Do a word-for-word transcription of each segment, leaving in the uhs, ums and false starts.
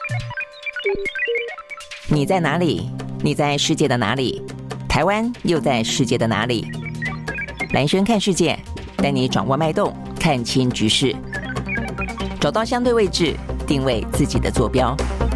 你在哪里？你在世界的哪里？台湾又在世界的哪里？蓝轩看世界，带你掌握脉动，看清局势，找到相对位置，定位自己的坐标。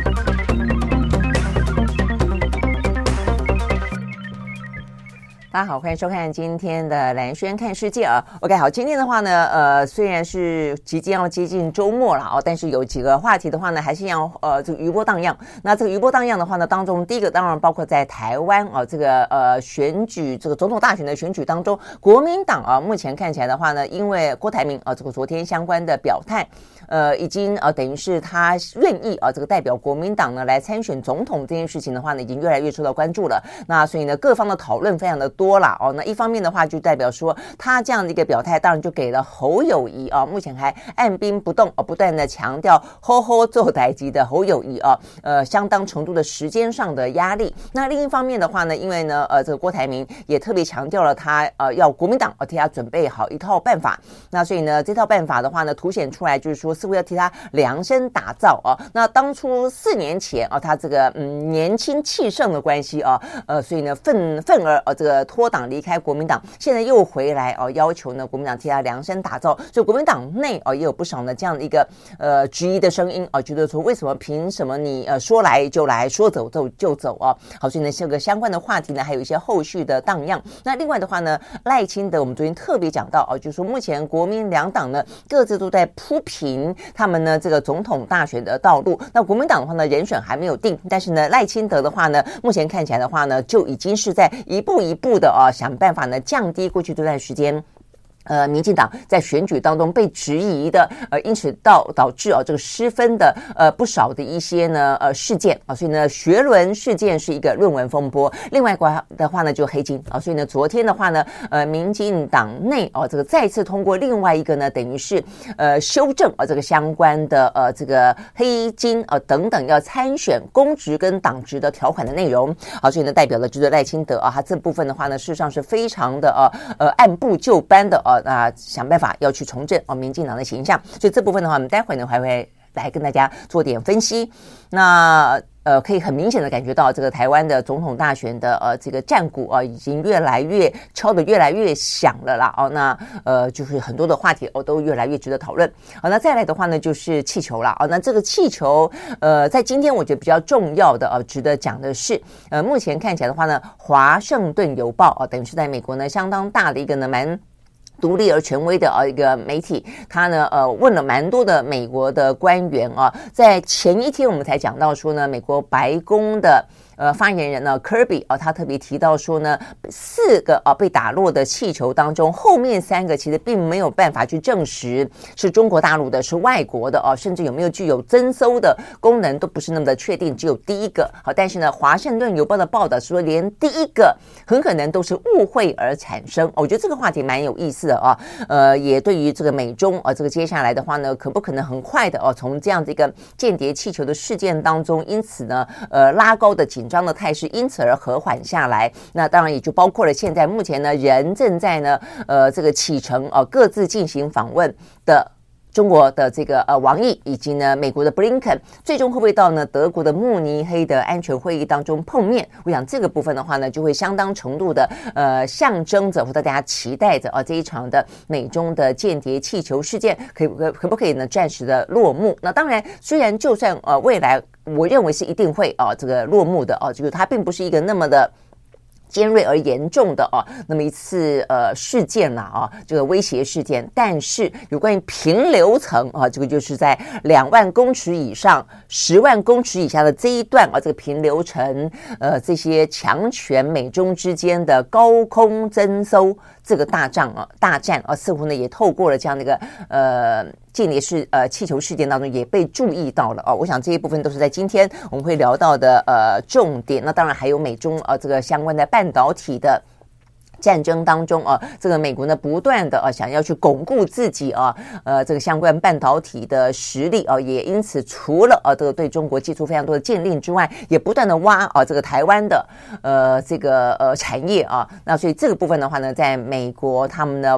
大家好，欢迎收看今天的蓝轩看世界啊。OK， 好，今天的话呢，呃，虽然是即将要接近周末了哦，但是有几个话题的话呢，还是要呃这个余波荡漾。那这个余波荡漾的话呢，当中第一个当然包括在台湾啊这个呃选举这个总统大选的选举当中，国民党啊目前看起来的话呢，因为郭台铭啊这个昨天相关的表态。呃，已经呃，等于是他愿意啊，这个代表国民党呢来参选总统这件事情的话呢，已经越来越受到关注了。那所以呢，各方的讨论非常的多啦哦。那一方面的话，就代表说他这样的一个表态，当然就给了侯友宜啊，目前还按兵不动啊，不断的强调吼吼做代级的侯友宜啊，呃，相当程度的时间上的压力。那另一方面的话呢，因为呢，呃，这个郭台铭也特别强调了他呃要国民党啊替他准备好一套办法。那所以呢，这套办法的话呢，凸显出来就是说。似乎要替他量身打造啊！那当初四年前啊，他这个嗯年轻气盛的关系啊，呃，所以呢愤愤而呃这个脱党离开国民党，现在又回来哦、啊，要求呢国民党替他量身打造。所以国民党内啊也有不少呢这样的一个呃质疑的声音啊，觉得说为什么凭什么你呃说来就来，说走就就走啊？好，所以呢这个相关的话题呢还有一些后续的荡漾。那另外的话呢，赖清德我们昨天特别讲到啊，就是说目前国民两党呢各自都在铺平。他们呢这个总统大选的道路，那国民党的话呢人选还没有定，但是呢赖清德的话呢，目前看起来的话呢，就已经是在一步一步的啊想办法呢降低过去这段时间。呃，民进党在选举当中被质疑的，呃，因此导导致啊这个失分的呃不少的一些呢呃事件啊，所以呢学伦事件是一个论文风波，另外的话呢就黑金啊，所以呢昨天的话呢，呃，民进党内啊这个再次通过另外一个呢等于是呃修正啊这个相关的呃这个黑金啊等等要参选公职跟党职的条款的内容，好，所以呢代表了就是赖清德啊，他这部分的话呢事实上是非常的呃呃按部就班的啊。那想办法要去重振哦民进党的形象，所以这部分的话，我们待会呢还会来跟大家做点分析。那呃，可以很明显的感觉到，这个台湾的总统大选的呃这个战鼓啊、呃，已经越来越敲得越来越响了啦哦。那呃，就是很多的话题哦都越来越值得讨论。好，那再来的话呢，就是气球啦哦。那这个气球呃，在今天我觉得比较重要的呃，值得讲的是，呃，目前看起来的话呢，华盛顿邮报啊、呃，等于是在美国呢相当大的一个呢蛮。独立而权威的呃一个媒体，他呢呃问了蛮多的美国的官员啊，在前一天我们才讲到说呢，美国白宫的。呃，发言人呢 Kirby 啊、呃，他特别提到说呢，四个啊、呃、被打落的气球当中，后面三个其实并没有办法去证实是中国大陆的，是外国的啊、呃，甚至有没有具有侦搜的功能都不是那么的确定，只有第一个。好，但是呢，华盛顿邮报的报道说，连第一个很可能都是误会而产生。我觉得这个话题蛮有意思的啊，呃，也对于这个美中啊、呃、这个接下来的话呢，可不可能很快的哦、呃，从这样的一个间谍气球的事件当中，因此呢，呃，拉高的紧。紧张的态势因此而和缓下来，那当然也就包括了现在目前呢人正在呢呃这个启程呃各自进行访问的中国的这个呃王毅以及呢美国的布林肯，最终会不会到呢德国的慕尼黑的安全会议当中碰面？我想这个部分的话呢，就会相当程度的呃象征着或者大家期待着啊、呃、这一场的美中的间谍气球事件可以可可不可以呢暂时的落幕？那当然，虽然就算呃未来我认为是一定会啊、呃、这个落幕的啊、呃，就是它并不是一个那么的。尖锐而严重的啊，那么一次呃事件啦啊，这个威胁事件，但是有关于平流层啊，这个就是在两万公尺以上、十万公尺以下的这一段啊，这个平流层呃这些强权美中之间的高空侦搜这个大战啊，大战啊，似乎呢也透过了这样的一个呃。间谍事呃气球事件当中也被注意到了哦，我想这一部分都是在今天我们会聊到的呃重点。那当然还有美中呃这个相关的半导体的战争当中啊，这个美国呢不断的啊想要去巩固自己啊呃这个相关半导体的实力啊，也因此除了啊这个对中国寄出非常多的禁令之外，也不断的挖啊这个台湾的呃这个呃产业啊，那所以这个部分的话呢，在美国他们呢。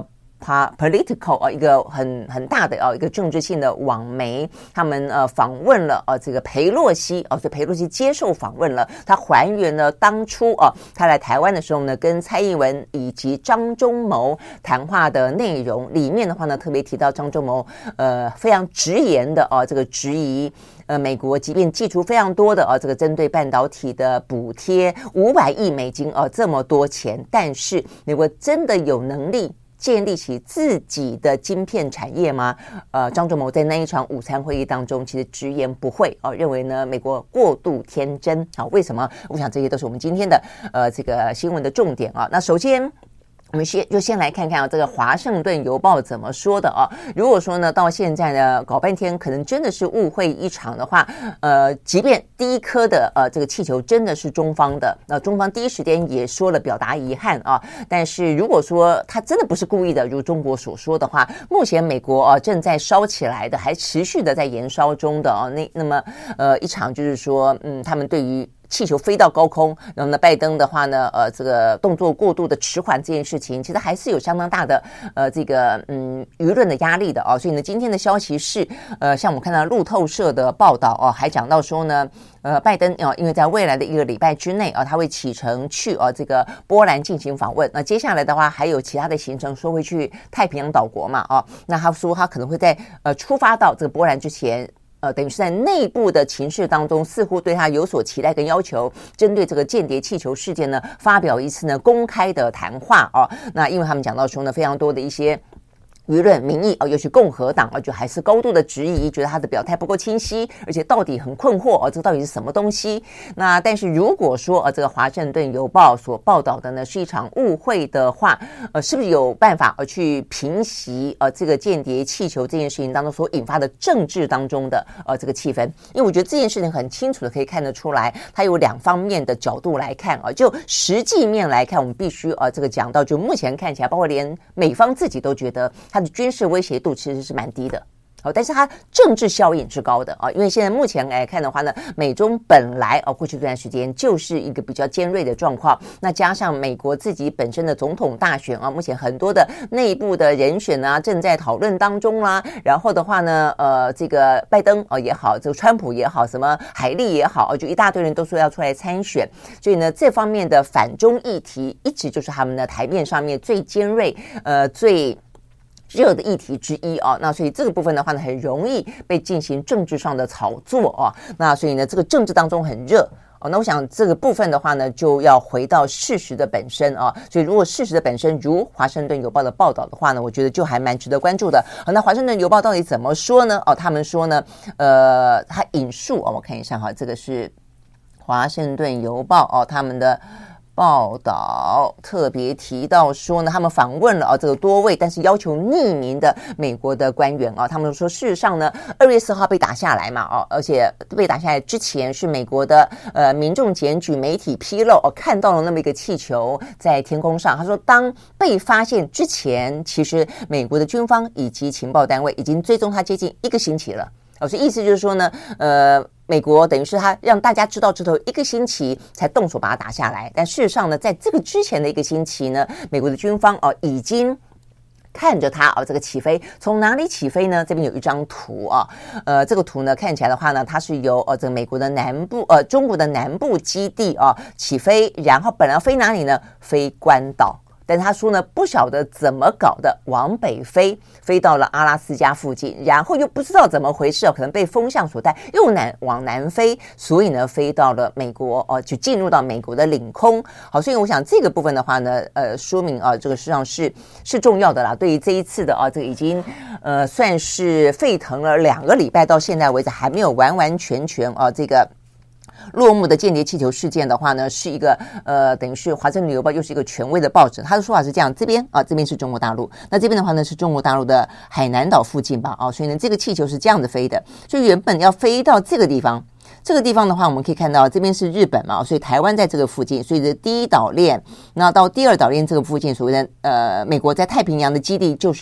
political 啊一个很很大的啊一个政治性的网媒，他们呃访问了啊这个裴洛西啊，所以裴洛西接受访问了，他还原了当初啊他来台湾的时候呢，跟蔡英文以及张忠谋谈话的内容，里面的话呢特别提到张忠谋呃非常直言的啊这个质疑。呃，美国即便寄出非常多的呃、啊、这个针对半导体的补贴，五百亿美金哦、啊，这么多钱，但是美国真的有能力建立起自己的晶片产业吗？呃，张忠谋在那一场午餐会议当中，其实直言不讳哦、啊，认为呢美国过度天真。好，为什么？我想这些都是我们今天的呃这个新闻的重点啊。那首先。我们先就先来看看啊，这个华盛顿邮报怎么说的啊？如果说呢，到现在呢，搞半天可能真的是误会一场的话，呃，即便第一颗的呃这个气球真的是中方的，那、呃、中方第一时间也说了表达遗憾啊。但是如果说他真的不是故意的，如中国所说的话，目前美国啊正在烧起来的，还持续的在燃烧中的啊，那那么呃一场就是说，嗯，他们对于气球飞到高空，然后呢，拜登的话呢，呃，这个动作过度的迟缓这件事情，其实还是有相当大的呃这个嗯舆论的压力的哦。所以呢，今天的消息是，呃，像我们看到路透社的报道哦，还讲到说呢，呃，拜登啊、呃，因为在未来的一个礼拜之内啊、呃，他会启程去啊、呃、这个波兰进行访问。那接下来的话，还有其他的行程，说会去太平洋岛国嘛啊、哦。那他说他可能会在呃出发到这个波兰之前。呃，等于是在内部的情势当中，似乎对他有所期待跟要求，针对这个间谍气球事件呢，发表一次呢公开的谈话哦。那因为他们讲到说呢，非常多的一些。舆论民意啊，尤其共和党啊，就还是高度的质疑，觉得他的表态不够清晰，而且到底很困惑啊，这个到底是什么东西？那但是如果说啊，这个华盛顿邮报所报道的呢是一场误会的话，呃，是不是有办法呃去平息呃这个间谍气球这件事情当中所引发的政治当中的呃这个气氛？因为我觉得这件事情很清楚的可以看得出来，它有两方面的角度来看啊，就实际面来看，我们必须啊这个讲到，就目前看起来，包括连美方自己都觉得。它的军事威胁度其实是蛮低的，哦，但是它政治效应是高的啊，因为现在目前来看的话呢，美中本来哦过去这段时间就是一个比较尖锐的状况，那加上美国自己本身的总统大选啊，目前很多的内部的人选啊正在讨论当中啦，然后的话呢，呃，这个拜登哦也好，这个川普也好，什么海利也好，就一大堆人都说要出来参选，所以呢，这方面的反中议题一直就是他们的台面上面最尖锐，呃，最热的议题之一啊，那所以这个部分的话呢，很容易被进行政治上的炒作啊，那所以呢，这个政治当中很热。哦，那我想这个部分的话呢，就要回到事实的本身啊。所以如果事实的本身如华盛顿邮报的报道的话呢，我觉得就还蛮值得关注的。好，那华盛顿邮报到底怎么说呢？哦，他们说呢，呃，他引述哦，我看一下哈，这个是华盛顿邮报哦，他们的。报道特别提到说呢，他们访问了啊这个多位，但是要求匿名的美国的官员啊，他们说事实上呢，二月四号被打下来嘛，哦，而且被打下来之前是美国的呃民众检举媒体披露哦，看到了那么一个气球在天空上。他说，当被发现之前，其实美国的军方以及情报单位已经追踪它接近一个星期了。哦，所以意思就是说呢，呃。美国等于是他让大家知道之后一个星期才动手把它打下来，但事实上呢，在这个之前的一个星期呢，美国的军方哦已经看着它哦这个起飞，从哪里起飞呢？这边有一张图啊，呃，这个图呢看起来的话呢，它是由呃这个美国的南部呃中国的南部基地啊起飞，然后本来要飞哪里呢？飞关岛。但是他说呢，不晓得怎么搞的，往北飞，飞到了阿拉斯加附近，然后又不知道怎么回事，可能被风向所带，又南往南飞，所以呢，飞到了美国，哦、呃，就进入到美国的领空。好，所以我想这个部分的话呢，呃，说明啊、呃，这个实际上是是重要的啦。对于这一次的啊，这个已经呃算是沸腾了两个礼拜，到现在为止还没有完完全全啊这个。落幕的间谍气球事件的话呢，是一个呃，等于是华盛顿邮报又是一个权威的报纸，他的说法是这样，这边啊，这边是中国大陆，那这边的话呢是中国大陆的海南岛附近吧，啊，所以呢这个气球是这样子飞的，所以原本要飞到这个地方。这个地方的话，我们可以看到这边是日本嘛，所以台湾在这个附近，所以这第一岛链，那到第二岛链这个附近，所谓的呃美国在太平洋的基地就是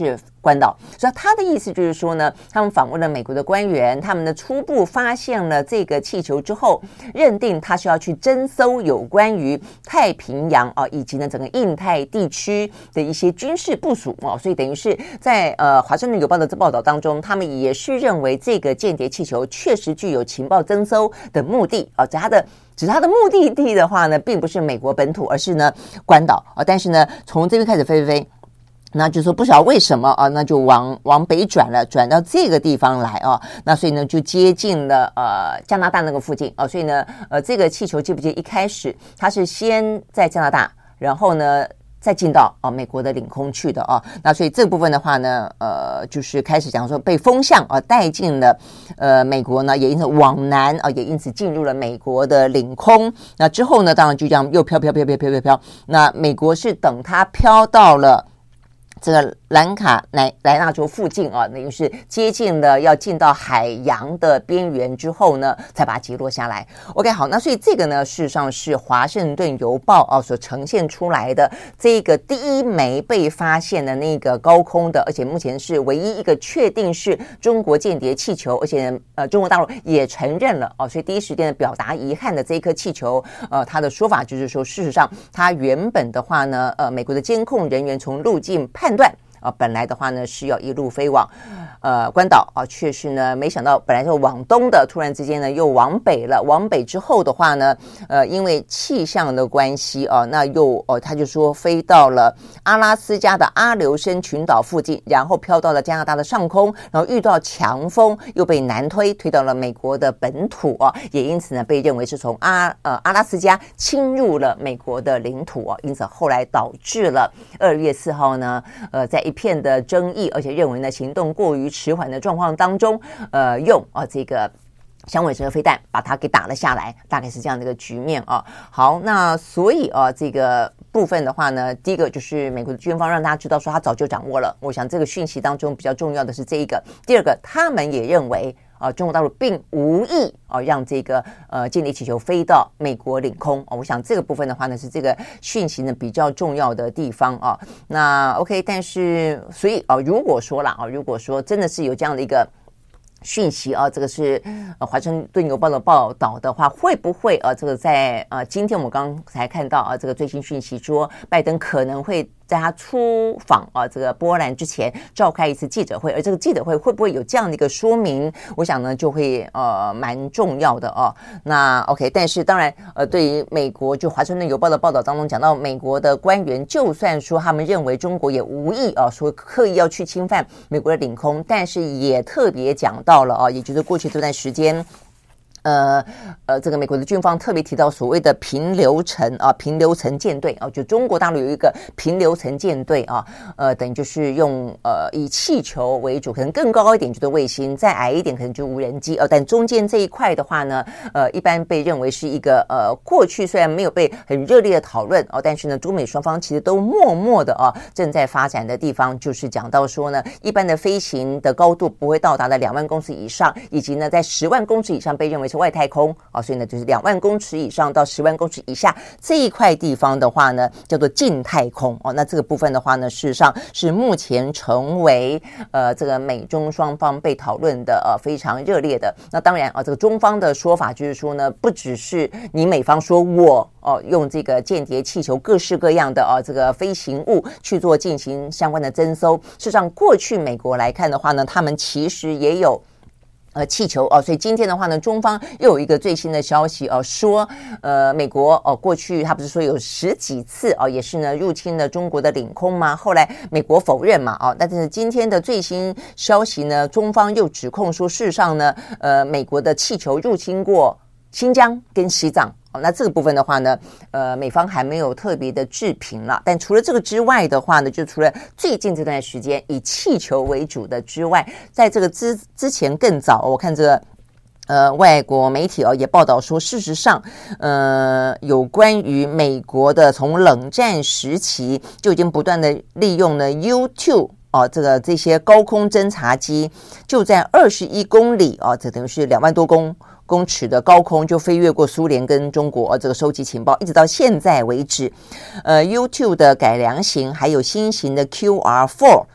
关岛。所以他的意思就是说呢，他们访问了美国的官员，他们呢初步发现了这个气球之后，认定他是要去侦搜有关于太平洋啊以及呢整个印太地区的一些军事部署哦，所以等于是在呃华盛顿邮报的这报道当中，他们也是认为这个间谍气球确实具有情报侦搜的目的啊，只是它的只是它的目的地的话呢，并不是美国本土，而是呢关岛啊，但是呢从这边开始飞飞飞。那就说不晓得为什么啊，那就往往北转了，转到这个地方来啊，那所以呢就接近了呃加拿大那个附近啊，所以呢呃这个气球记不记得一开始它是先在加拿大，然后呢再进到啊美国的领空去的啊，那所以这部分的话呢，呃就是开始讲说被风向啊带进了呃美国呢，也因此往南啊，也因此进入了美国的领空。那之后呢，当然就这样又飘飘飘飘飘飘飘，那美国是等它飘到了这个兰卡莱莱纳州附近啊，等于是接近了要进到海洋的边缘之后呢，才把它击落下来。OK， 好，那所以这个呢，事实上是华盛顿邮报啊所呈现出来的这个第一枚被发现的那个高空的，而且目前是唯一一个确定是中国间谍气球，而且呃中国大陆也承认了哦，所以第一时间的表达遗憾的这一颗气球，呃，他的说法就是说，事实上它原本的话呢，呃，美国的监控人员从路径判断。啊，本来的话呢是要一路飞往呃关岛啊，却是呢没想到本来是往东的，突然之间呢又往北了。往北之后的话呢，呃，因为气象的关系啊，那又哦他就说飞到了阿拉斯加的阿留申群岛附近，然后飘到了加拿大的上空，然后遇到强风，又被南推推到了美国的本土啊，也因此呢被认为是从阿呃阿拉斯加侵入了美国的领土啊，因此后来导致了二月四号呢，呃，在一片的争议，而且认为呢行动过于迟缓的状况当中，呃，用啊这个响尾蛇飞弹把它给打了下来，大概是这样的一个局面啊。好，那所以啊这个部分的话呢，第一个就是美国的军方让大家知道说他早就掌握了，我想这个讯息当中比较重要的是这一个。第二个，他们也认为啊，中国大陆并无意啊让这个呃间谍气球飞到美国领空啊，我想这个部分的话呢是这个讯息呢比较重要的地方啊。那 OK， 但是所以啊，如果说啦啊，如果说真的是有这样的一个讯息啊，这个是呃华盛顿邮报的报道的话，会不会啊这个在呃今天我们刚才看到啊这个最新讯息说拜登可能会在他出访啊这个波兰之前召开一次记者会，而这个记者会会不会有这样的一个说明，我想呢就会呃蛮重要的哦。那 OK， 但是当然呃对于美国就华盛顿邮报的报道当中讲到，美国的官员就算说他们认为中国也无意啊说刻意要去侵犯美国的领空，但是也特别讲到了啊，也就是过去这段时间呃呃，这个美国的军方特别提到所谓的平流层啊，平流层舰队啊，就中国大陆有一个平流层舰队啊，呃，等于就是用呃以气球为主，可能更高一点就是卫星，再矮一点可能就无人机呃，但中间这一块的话呢，呃，一般被认为是一个呃过去虽然没有被很热烈的讨论哦，但是呢，中美双方其实都默默的啊正在发展的地方，就是讲到说呢，一般的飞行的高度不会到达的两万公尺以上，以及呢在十万公尺以上被认为是外太空啊，所以呢就是两万公尺以上到十万公尺以下这一块地方的话呢叫做近太空哦。那这个部分的话呢，事实上是目前成为呃这个美中双方被讨论的呃非常热烈的。那当然啊，这个中方的说法就是说呢，不只是你美方说我哦用这个间谍气球各式各样的啊这个飞行物去做进行相关的侦搜，事实上过去美国来看的话呢，他们其实也有呃，气球哦，所以今天的话呢，中方又有一个最新的消息哦，说呃，美国哦，过去他不是说有十几次哦，也是呢入侵了中国的领空吗？后来美国否认嘛，哦，但是今天的最新消息呢，中方又指控说，事实上呢，呃，美国的气球入侵过新疆跟西藏。哦，那这个部分的话呢，呃，美方还没有特别的置评了。但除了这个之外的话呢，就除了最近这段时间以气球为主的之外，在这个之之前更早，我看这个呃外国媒体哦也报道说，事实上，呃，有关于美国的从冷战时期就已经不断的利用了 YouTube。哦，这个这些高空侦察机就在二十一公里哦，这等于是两万多公公尺的高空就飞越过苏联跟中国，哦，这个收集情报，一直到现在为止，呃 ，YouTube 的改良型还有新型的 Q R 四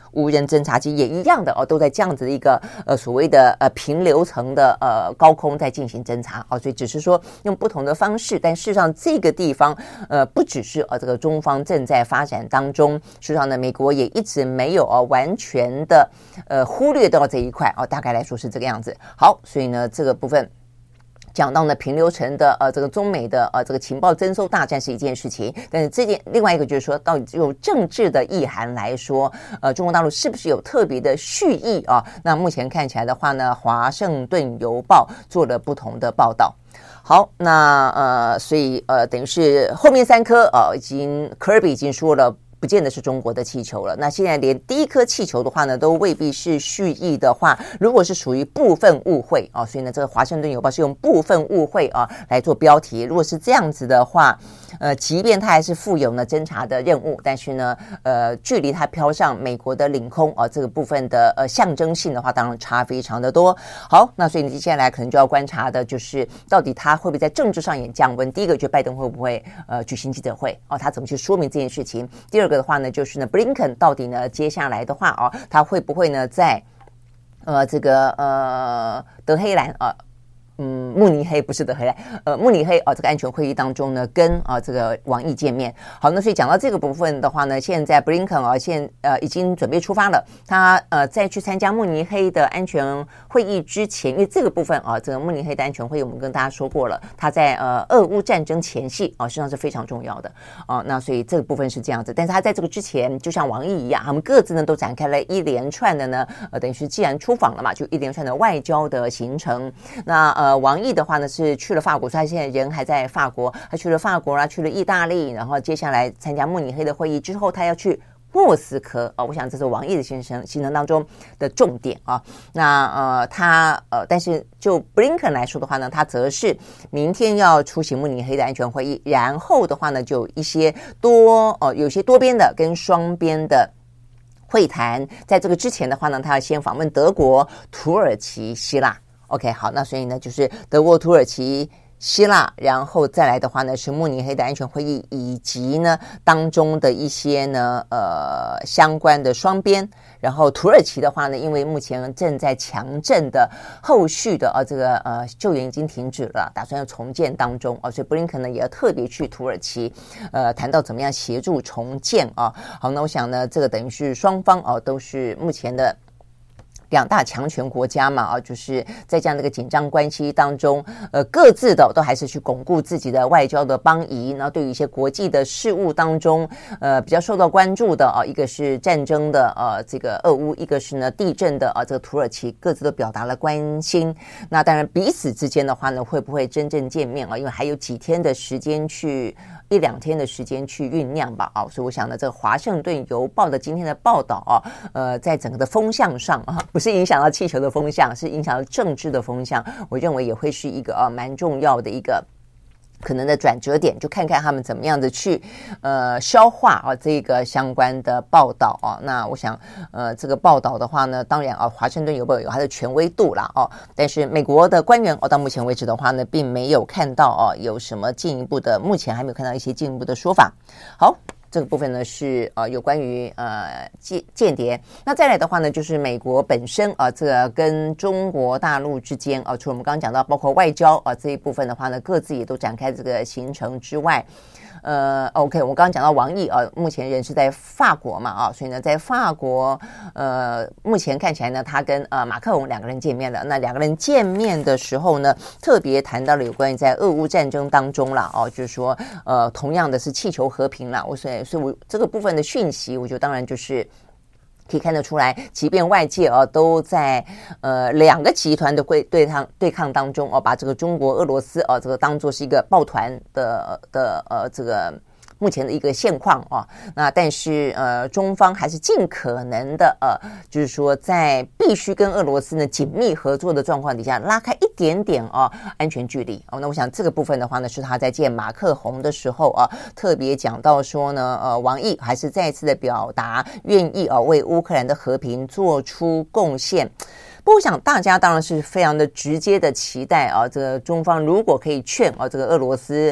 无人侦察机也一样的哦，都在这样子的一个呃所谓的呃平流层的呃高空在进行侦察哦，所以只是说用不同的方式，但事实上这个地方呃不只是呃这个中方正在发展当中，事实上呢，美国也一直没有哦完全的呃忽略到这一块哦，大概来说是这个样子。好，所以呢这个部分。讲到呢平流层的呃这个中美的呃这个情报征收大战是一件事情，但是这件另外一个就是说，到底就政治的意涵来说，呃中国大陆是不是有特别的蓄意啊？那目前看起来的话呢，华盛顿邮报做了不同的报道。好，那呃所以呃等于是后面三颗呃已经 Kirby 已经说了。不见得是中国的气球了。那现在连第一颗气球的话呢，都未必是蓄意的话，如果是属于部分误会啊，所以呢，这个华盛顿邮报是用部分误会啊来做标题。如果是这样子的话，呃，即便它还是负有呢侦查的任务，但是呢，呃，距离它飘上美国的领空啊这个部分的呃象征性的话，当然差非常的多。好，那所以你接下来可能就要观察的就是，到底它会不会在政治上也降温？第一个，就拜登会不会呃举行记者会哦，他怎么去说明这件事情？第二个的话呢，就是呢，布林肯到底呢，接下来的话哦，他会不会呢，在呃这个呃德黑兰啊。呃嗯，慕尼黑不是德黑兰，呃，慕尼黑啊、哦，这个安全会议当中呢，跟啊、呃、这个王毅见面。好，那所以讲到这个部分的话呢，现在布林肯啊，现呃已经准备出发了。他呃在去参加慕尼黑的安全会议之前，因为这个部分啊，这个慕尼黑的安全会议我们跟大家说过了，他在呃俄乌战争前夕啊，实际上是非常重要的啊。那所以这个部分是这样子，但是他在这个之前，就像王毅一样，他们各自呢都展开了一连串的呢，呃，等于是既然出访了嘛，就一连串的外交的行程。那呃。呃，王毅的话呢是去了法国，所以他现在人还在法国，他去了法国啊，去了意大利，然后接下来参加慕尼黑的会议之后，他要去莫斯科啊、哦，我想这是王毅的行程行程当中的重点啊。那呃，他呃，但是就布林肯来说的话呢，他则是明天要出席慕尼黑的安全会议，然后的话呢，就一些多呃，有些多边的跟双边的会谈，在这个之前的话呢，他要先访问德国、土耳其、希腊。OK， 好，那所以呢，就是德国、土耳其、希腊，然后再来的话呢，是慕尼黑的安全会议，以及呢当中的一些呢呃相关的双边。然后土耳其的话呢，因为目前正在强震的后续的呃这个呃救援已经停止了，打算要重建当中啊、呃，所以布林肯呢也要特别去土耳其，呃，谈到怎么样协助重建啊。好，那我想呢，这个等于是双方啊、呃、都是目前的。两大强权国家嘛，啊，就是在这样的一个紧张关系当中，呃，各自的都还是去巩固自己的外交的邦谊。然后对于一些国际的事务当中，呃，比较受到关注的啊，一个是战争的呃这个俄乌，一个是呢地震的啊这个土耳其，各自都表达了关心。那当然彼此之间的话呢，会不会真正见面啊？因为还有几天的时间去。一两天的时间去酝酿吧，啊，所以我想呢，这个华盛顿邮报的今天的报道啊，呃，在整个的风向上啊，不是影响到气球的风向，是影响到政治的风向，我认为也会是一个啊蛮重要的一个。可能的转折点，就看看他们怎么样的去呃消化啊这个相关的报道啊。那我想呃这个报道的话呢，当然啊华盛顿邮报有它的权威度啦哦，但是美国的官员哦到目前为止的话呢，并没有看到哦有什么进一步的，目前还没有看到一些进一步的说法。好。这个部分呢是呃有关于呃间间谍，那再来的话呢就是美国本身啊、呃、这个跟中国大陆之间啊、呃，除了我们刚刚讲到包括外交啊、呃、这一部分的话呢，各自也都展开这个行程之外。呃 ，OK， 我刚刚讲到王毅啊，目前人是在法国嘛啊，所以呢，在法国呃，目前看起来呢，他跟呃马克龙两个人见面了。那两个人见面的时候呢，特别谈到了有关于在俄乌战争当中啦，哦，就是说呃，同样的是气球和平啦，我所以所以我这个部分的讯息，我觉得当然就是。可以看得出来，即便外界啊都在呃两个集团的对对抗对抗当中哦，把这个中国、俄罗斯啊这个当作是一个抱团的的呃这个。目前的一个现况啊，那但是呃，中方还是尽可能的呃，就是说在必须跟俄罗斯呢紧密合作的状况底下，拉开一点点啊安全距离哦。那我想这个部分的话呢，是他在见马克宏的时候啊，特别讲到说呢，呃，王毅还是再一次的表达愿意啊为乌克兰的和平做出贡献。不过我想大家当然是非常的直接的期待啊，这个中方如果可以劝啊这个俄罗斯。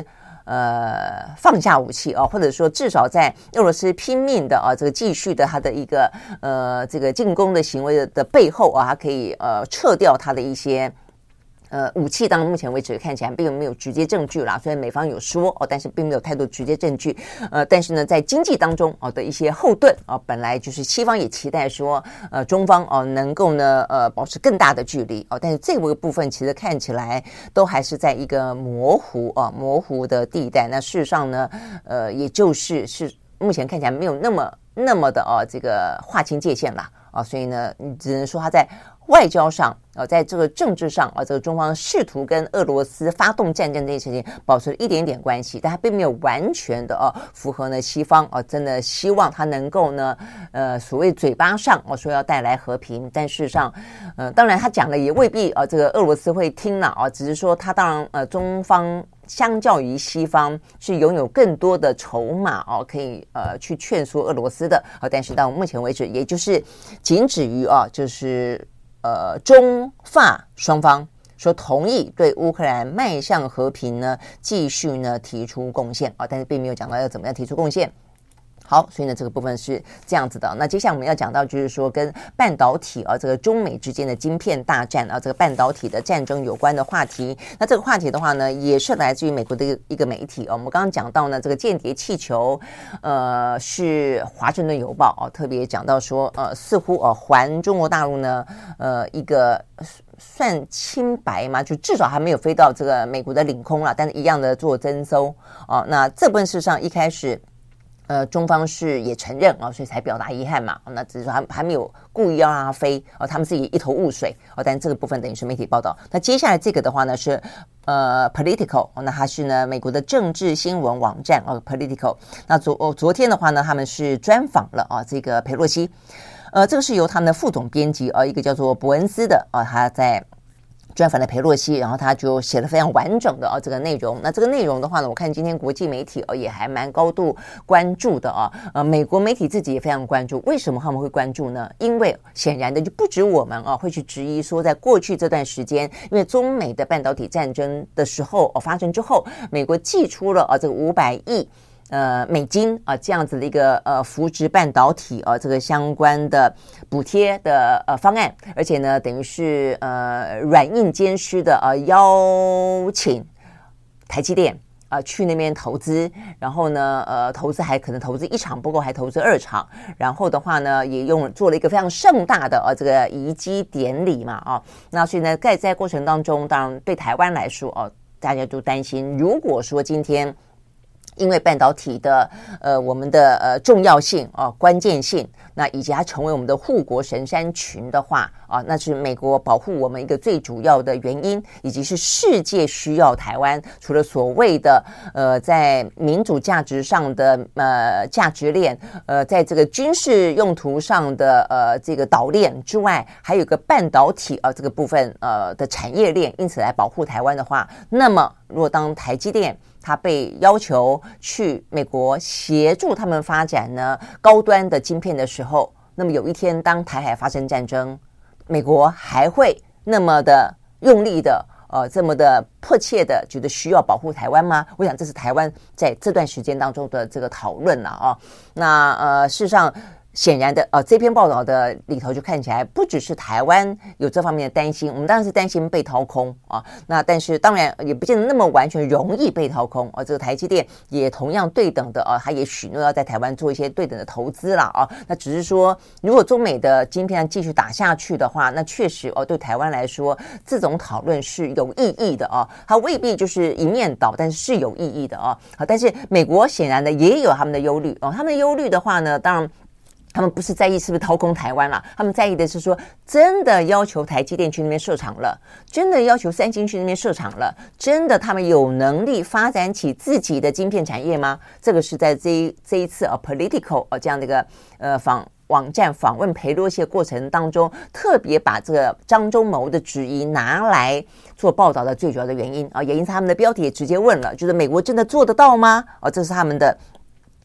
呃放下武器啊，或者说至少在俄罗斯拼命的啊这个继续的他的一个呃这个进攻的行为 的, 的背后啊，他可以呃撤掉他的一些。呃，武器当目前为止看起来并没有直接证据啦，虽然美方有说哦，但是并没有太多直接证据。呃，但是呢，在经济当中哦的一些后盾啊、哦，本来就是西方也期待说，呃，中方哦能够呢呃保持更大的距离哦，但是这个部分其实看起来都还是在一个模糊啊、哦、模糊的地带。那事实上呢，呃，也就是是目前看起来没有那么那么的哦这个划清界限啦啊、哦，所以呢，你只能说他在外交上啊、呃，在这个政治上啊、呃，这个中方试图跟俄罗斯发动战争这件事情保持了一点点关系，但他并没有完全的啊、呃、符合呢西方啊、呃、真的希望他能够呢呃所谓嘴巴上啊、呃、说要带来和平，但事实上呃当然他讲了也未必啊、呃、这个俄罗斯会听了啊，只是说他当然呃中方相较于西方是拥有更多的筹码哦，可以呃去劝说俄罗斯的啊、呃，但是到目前为止也就是仅止于啊就是呃中法双方说同意对乌克兰迈向和平呢继续呢提出贡献啊、呃，但是并没有讲到要怎么样提出贡献。好，所以呢，这个部分是这样子的。那接下来我们要讲到就是说跟半导体啊，这个中美之间的晶片大战啊，这个半导体的战争有关的话题。那这个话题的话呢，也是来自于美国的一个一个媒体啊。我们刚刚讲到呢，这个间谍气球，呃，是华盛顿邮报啊，特别讲到说，呃，似乎啊，还中国大陆呢，呃，一个。算清白嘛，就至少还没有飞到这个美国的领空了，但是一样的做侦搜啊。那这部分事实上一开始。呃，中方是也承认啊、哦，所以才表达遗憾嘛。那只是说还还没有故意要让它飞哦，他们自己一头雾水哦。但这个部分等于是媒体报道。那接下来这个的话呢是呃 Political， 那它是呢美国的政治新闻网站哦 Political。那昨、哦、昨天的话呢，他们是专访了啊、哦、这个裴洛西，呃，这个是由他们的副总编辑啊、呃，一个叫做伯恩斯的啊、呃，他在。专访了裴洛西，然后他就写了非常完整的啊这个内容。那这个内容的话呢，我看今天国际媒体哦也还蛮高度关注的啊。呃，美国媒体自己也非常关注。为什么他们会关注呢？因为显然的就不止我们啊会去质疑说，在过去这段时间，因为中美的半导体战争的时候哦发生之后，美国祭出了啊这个五百亿。呃，美金啊、呃，这样子的一个呃扶植半导体啊、呃，这个相关的补贴的呃方案，而且呢，等于是呃软硬兼施的呃邀请台积电啊、呃、去那边投资，然后呢呃投资还可能投资一场不够，还投资二场，然后的话呢也用做了一个非常盛大的呃这个移机典礼嘛啊，那所以呢在在过程当中，当然对台湾来说哦、呃，大家都担心，如果说今天。因为半导体的呃我们的呃重要性啊、呃、关键性，那以及它成为我们的护国神山群的话啊，那是美国保护我们一个最主要的原因，以及是世界需要台湾。除了所谓的呃在民主价值上的呃价值链，呃在这个军事用途上的呃这个岛链之外，还有个半导体啊、呃、这个部分呃的产业链，因此来保护台湾的话，那么如果当台积电他被要求去美国协助他们发展呢高端的晶片的时候，那么有一天当台海发生战争，美国还会那么的用力的呃这么的迫切的觉得需要保护台湾吗？我想这是台湾在这段时间当中的这个讨论了啊。那呃事实上显然的呃这篇报道的里头就看起来不只是台湾有这方面的担心，我们当然是担心被掏空啊，那但是当然也不见得那么完全容易被掏空啊。这个台积电也同样对等的啊，它也许诺要在台湾做一些对等的投资啦啊。那只是说，如果中美的晶片继续打下去的话，那确实哦对台湾来说，这种讨论是有意义的啊，它未必就是一面倒，但是是有意义的啊。好，但是美国显然的也有他们的忧虑哦，他们的忧虑的话呢，当然。他们不是在意是不是掏空台湾了，他们在意的是说，真的要求台积电去那边设厂了，真的要求三星去那边设厂了，真的他们有能力发展起自己的晶片产业吗？这个是在这一这一次啊 Political 啊这样的一个呃访网站访问裴洛西的过程当中，特别把这个张忠谋的质疑拿来做报道的最主要的原因啊，也因此他们的标题也直接问了，就是美国真的做得到吗？啊，这是他们的。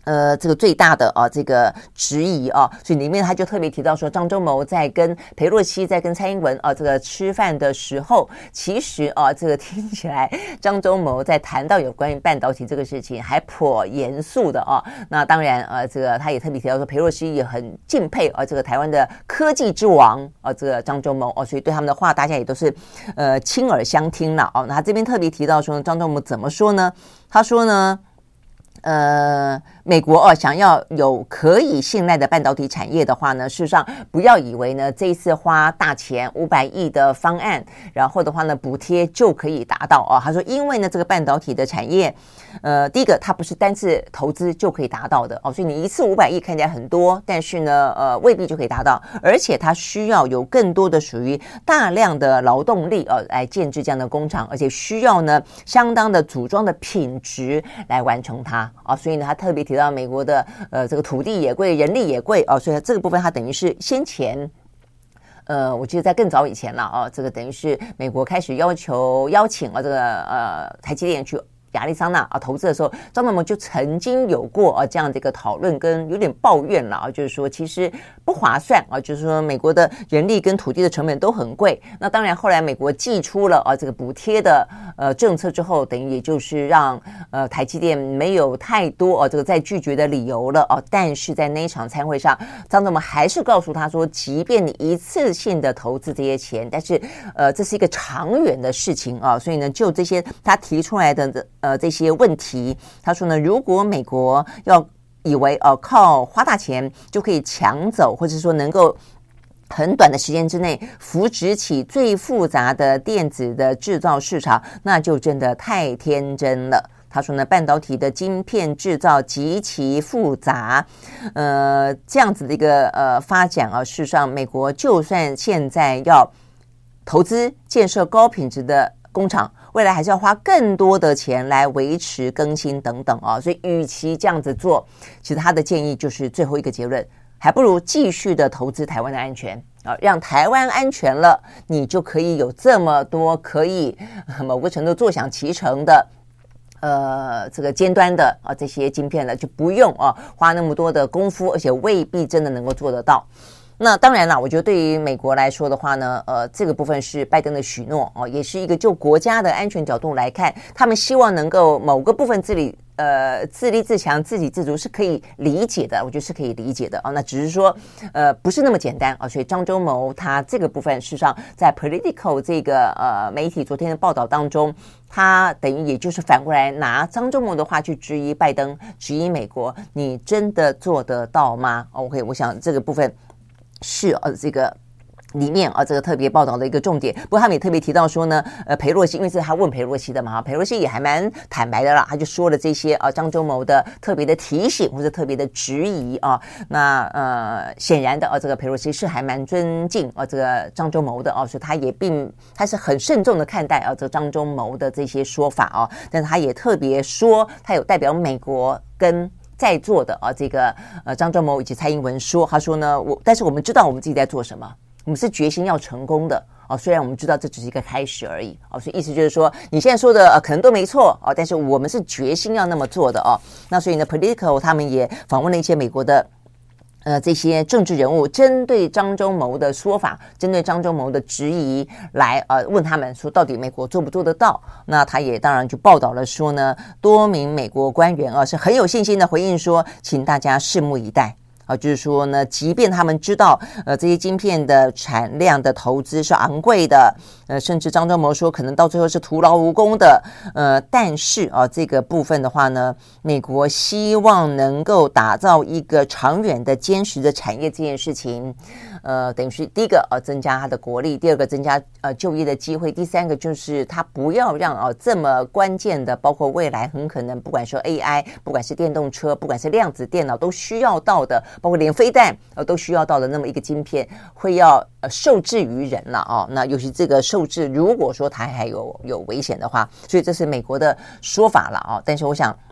呃，这个最大的啊，这个质疑啊，所以里面他就特别提到说，张忠谋在跟裴洛西在跟蔡英文啊这个吃饭的时候，其实啊，这个听起来张忠谋在谈到有关于半导体这个事情还颇严肃的啊。那当然呃，这个他也特别提到说，裴洛西也很敬佩啊，这个台湾的科技之王啊，这个张忠谋哦，所以对他们的话大家也都是呃亲耳相听了哦。那他这边特别提到说，张忠谋怎么说呢？他说呢，呃。美国哦，想要有可以信赖的半导体产业的话呢，事实上不要以为呢这一次花大钱五百亿的方案，然后的话呢补贴就可以达到哦。他说，因为呢这个半导体的产业，呃，第一个它不是单次投资就可以达到的哦，所以你一次五百亿看起来很多，但是呢呃未必就可以达到，而且它需要有更多的属于大量的劳动力哦来建制这样的工厂，而且需要呢相当的组装的品质来完成它啊、哦，所以呢他特别提提到美国的呃这个土地也贵，人力也贵哦，所以这个部分它等于是先前呃我记得在更早以前了哦，这个等于是美国开始要求邀请了这个呃台积电去亚利桑那啊投资的时候，张忠谋就曾经有过啊这样的一个讨论跟有点抱怨了啊，就是说其实不划算啊，就是说美国的人力跟土地的成本都很贵。那当然后来美国祭出了啊这个补贴的呃政策之后，等于也就是让呃台积电没有太多哦、啊、这个再拒绝的理由了哦、啊。但是在那一场参会上，张忠谋还是告诉他说，即便你一次性的投资这些钱，但是呃这是一个长远的事情啊，所以呢就这些他提出来的呃这些问题，他说呢，如果美国要以为呃靠花大钱就可以抢走，或者说能够很短的时间之内扶植起最复杂的电子的制造市场，那就真的太天真了。他说呢，半导体的晶片制造极其复杂，呃，这样子的一个呃发展啊，事实上，美国就算现在要投资建设高品质的工厂，未来还是要花更多的钱来维持更新等等啊，所以与其这样子做，其实他的建议就是最后一个结论，还不如继续的投资台湾的安全啊，让台湾安全了，你就可以有这么多可以某个程度坐享其成的呃，这个尖端的啊这些晶片了，就不用啊花那么多的功夫，而且未必真的能够做得到。那当然啦，我觉得对于美国来说的话呢，呃，这个部分是拜登的许诺哦，也是一个就国家的安全角度来看，他们希望能够某个部分自理呃自立自强、自给自足是可以理解的，我觉得是可以理解的哦。那只是说呃不是那么简单啊、哦，所以张忠谋他这个部分事实上在 Politico 这个呃媒体昨天的报道当中，他等于也就是反过来拿张忠谋的话去质疑拜登、质疑美国，你真的做得到吗 ？OK， 我想这个部分是呃这个里面啊，这个特别报道的一个重点。不过他们也特别提到说呢，呃，裴洛西，因为是他问裴洛西的嘛，裴洛西也还蛮坦白的啦，他就说了这些啊，张忠谋的特别的提醒或者特别的质疑啊。那呃，显然的啊，这个裴洛西是还蛮尊敬啊这个张忠谋的啊，所以他也并他是很慎重的看待啊这个张忠谋的这些说法啊，但是他也特别说，他有代表美国跟在座的啊，这个呃张忠谋以及蔡英文说，他说呢，我但是我们知道我们自己在做什么，我们是决心要成功的哦。虽然我们知道这只是一个开始而已哦，所以意思就是说，你现在说的、呃、可能都没错哦，但是我们是决心要那么做的哦。那所以呢 ，Politico 他们也访问了一些美国的。呃，这些政治人物针对张忠谋的说法，针对张忠谋的质疑来呃问他们说，到底美国做不做得到？那他也当然就报道了说呢，多名美国官员啊是很有信心的回应说，请大家拭目以待。啊，就是说呢，即便他们知道，呃，这些晶片的产量的投资是昂贵的，呃，甚至张忠谋说可能到最后是徒劳无功的，呃，但是啊，这个部分的话呢，美国希望能够打造一个长远的坚实的产业，这件事情，呃，等于是第一个呃增加它的国力，第二个增加呃就业的机会，第三个就是它不要让啊这么关键的，包括未来很可能不管说 A I， 不管是电动车，不管是量子电脑都需要到的。包括连飞弹呃都需要到的那么一个晶片，会要呃受制于人了哦。那尤其这个受制，如果说它还有有危险的话，所以这是美国的说法了哦。但是我想，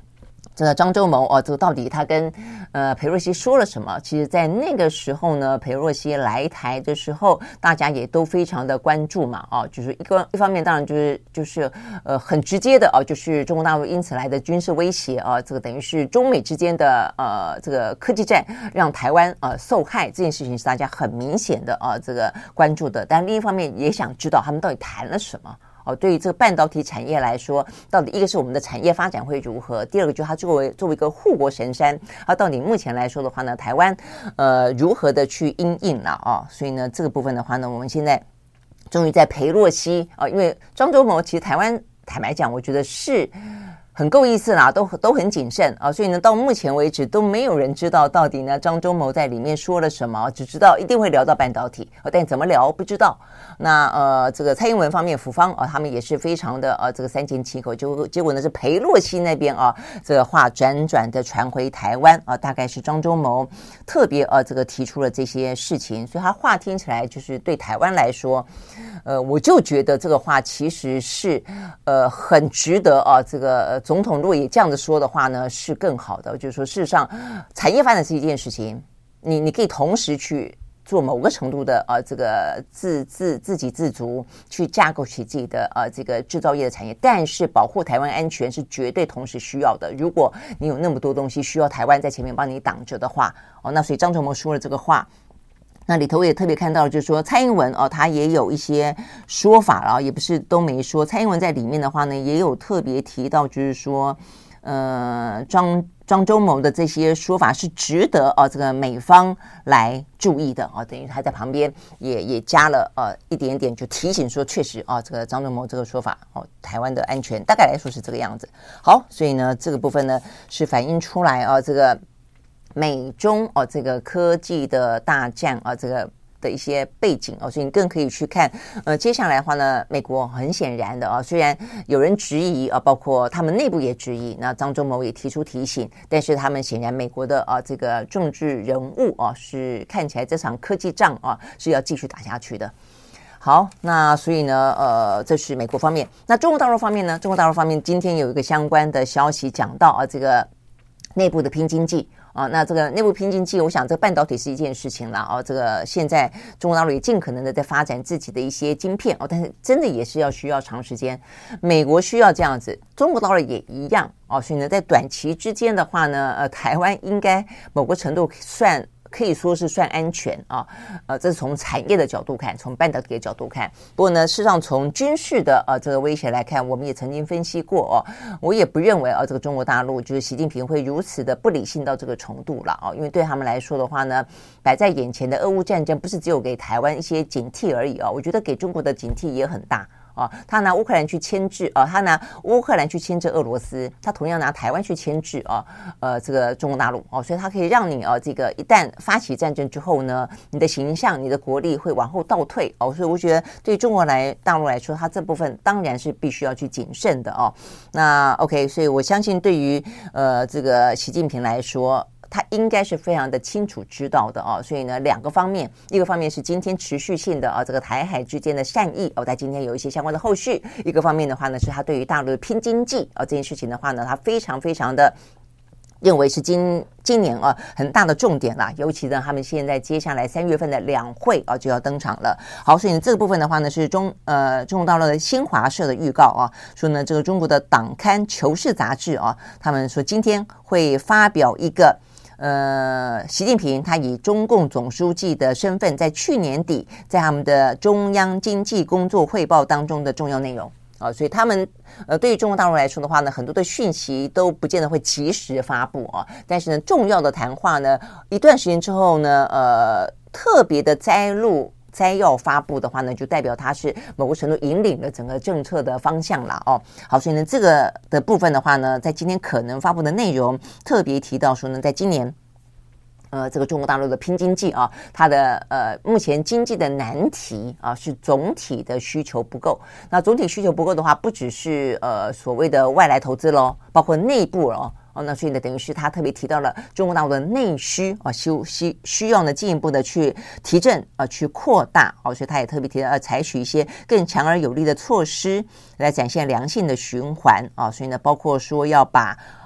这个张忠谋哦，这个到底他跟呃裴若曦说了什么？其实，在那个时候呢，裴若曦来台的时候，大家也都非常的关注嘛，哦，就是一个一方面，当然就是就是呃很直接的哦，就是中国大陆因此来的军事威胁啊，这个等于是中美之间的呃这个科技战让台湾呃受害这件事情是大家很明显的啊这个关注的，但另一方面也想知道他们到底谈了什么。哦，对于这个半导体产业来说，到底一个是我们的产业发展会如何？第二个就是它作为作为一个护国神山，它到底目前来说的话呢，台湾呃如何的去因应了啊？所以呢，这个部分的话呢，我们现在终于在裴若曦啊，因为张忠谋其实台湾坦白讲，我觉得是很够意思啦，都都很谨慎啊，所以呢，到目前为止都没有人知道到底呢张忠谋在里面说了什么，只知道一定会聊到半导体，但怎么聊不知道。那呃，这个蔡英文方面，府方啊，他们也是非常的呃，这个三缄其口，就结果呢是裴若曦那边啊，这个话转转的传回台湾啊，大概是张忠谋特别呃这个提出了这些事情，所以他话听起来就是对台湾来说，呃，我就觉得这个话其实是呃很值得啊，这个总统如果也这样子说的话呢，是更好的，就是说事实上产业发展是一件事情，你你可以同时去做某个程度的呃这个自自自给自足，去架构起自己的呃这个制造业的产业，但是保护台湾安全是绝对同时需要的。如果你有那么多东西需要台湾在前面帮你挡着的话，哦，那所以张忠谋说了这个话。那里头我也特别看到，就是说蔡英文哦，他也有一些说法了，也不是都没说。蔡英文在里面的话呢，也有特别提到，就是说，呃，张张忠谋的这些说法是值得哦，这个美方来注意的哦。等于他在旁边也也加了呃一点点，就提醒说，确实哦，这个张忠谋这个说法哦，台湾的安全大概来说是这个样子。好，所以呢，这个部分呢是反映出来啊，这个。美中哦，这个科技的大战啊，这个的一些背景哦，所以你更可以去看。呃，接下来的话呢，美国很显然的啊，虽然有人质疑啊，包括他们内部也质疑，那张忠谋也提出提醒，但是他们显然美国的啊这个政治人物啊，是看起来这场科技仗啊是要继续打下去的。好，那所以呢，呃，这是美国方面。那中国大陆方面呢？中国大陆方面今天有一个相关的消息讲到啊，这个内部的拼经济。啊，那这个内部拼经济，我想这个半导体是一件事情了啊。这个现在中国大陆也尽可能的在发展自己的一些晶片哦，但是真的也是要需要长时间。美国需要这样子，中国大陆也一样哦。所以呢，在短期之间的话呢，呃，台湾应该某个程度算。可以说是算安全啊，呃，这是从产业的角度看，从半导体的角度看。不过呢，事实上从军事的呃这个威胁来看，我们也曾经分析过哦，我也不认为啊，这个中国大陆就是习近平会如此的不理性到这个程度了啊，因为对他们来说的话呢，摆在眼前的俄乌战争不是只有给台湾一些警惕而已啊，我觉得给中国的警惕也很大。哦，他拿乌克兰去牵制啊、哦，他拿乌克兰去牵制俄罗斯，他同样拿台湾去牵制啊、哦，呃，这个中国大陆哦，所以他可以让你啊、哦，这个一旦发起战争之后呢，你的形象、你的国力会往后倒退哦，所以我觉得对中国来大陆来说，他这部分当然是必须要去谨慎的哦。那 OK， 所以我相信对于呃这个习近平来说。他应该是非常的清楚知道的哦，所以呢，两个方面，一个方面是今天持续性的啊，这个台海之间的善意哦，在今天有一些相关的后续；一个方面的话呢，是他对于大陆的拼经济啊这件事情的话呢，他非常非常的认为是今今年啊很大的重点啦，尤其呢，他们现在接下来三月份的两会啊就要登场了。好，所以呢这个部分的话呢，是中呃中国大陆的新华社的预告啊，说呢这个中国的党刊《求是》杂志啊，他们说今天会发表一个。呃，习近平他以中共总书记的身份，在去年底在他们的中央经济工作汇报当中的重要内容啊，所以他们呃对于中国大陆来说的话呢，很多的讯息都不见得会及时发布啊，但是呢，重要的谈话呢，一段时间之后呢，呃，特别的摘录。摘要发布的话呢，就代表它是某个程度引领了整个政策的方向了哦。好，所以呢，这个的部分的话呢，在今天可能发布的内容特别提到说呢，在今年。呃，这个中国大陆的拼经济啊，它的呃目前经济的难题啊是总体的需求不够。那总体需求不够的话，不只是呃所谓的外来投资咯，包括内部咯。哦，那所以呢，等于是他特别提到了中国大陆的内需啊，需需需要呢进一步的去提振啊，去扩大哦，所以他也特别提到要采取一些更强而有力的措施来展现良性的循环啊，所以呢，包括说要把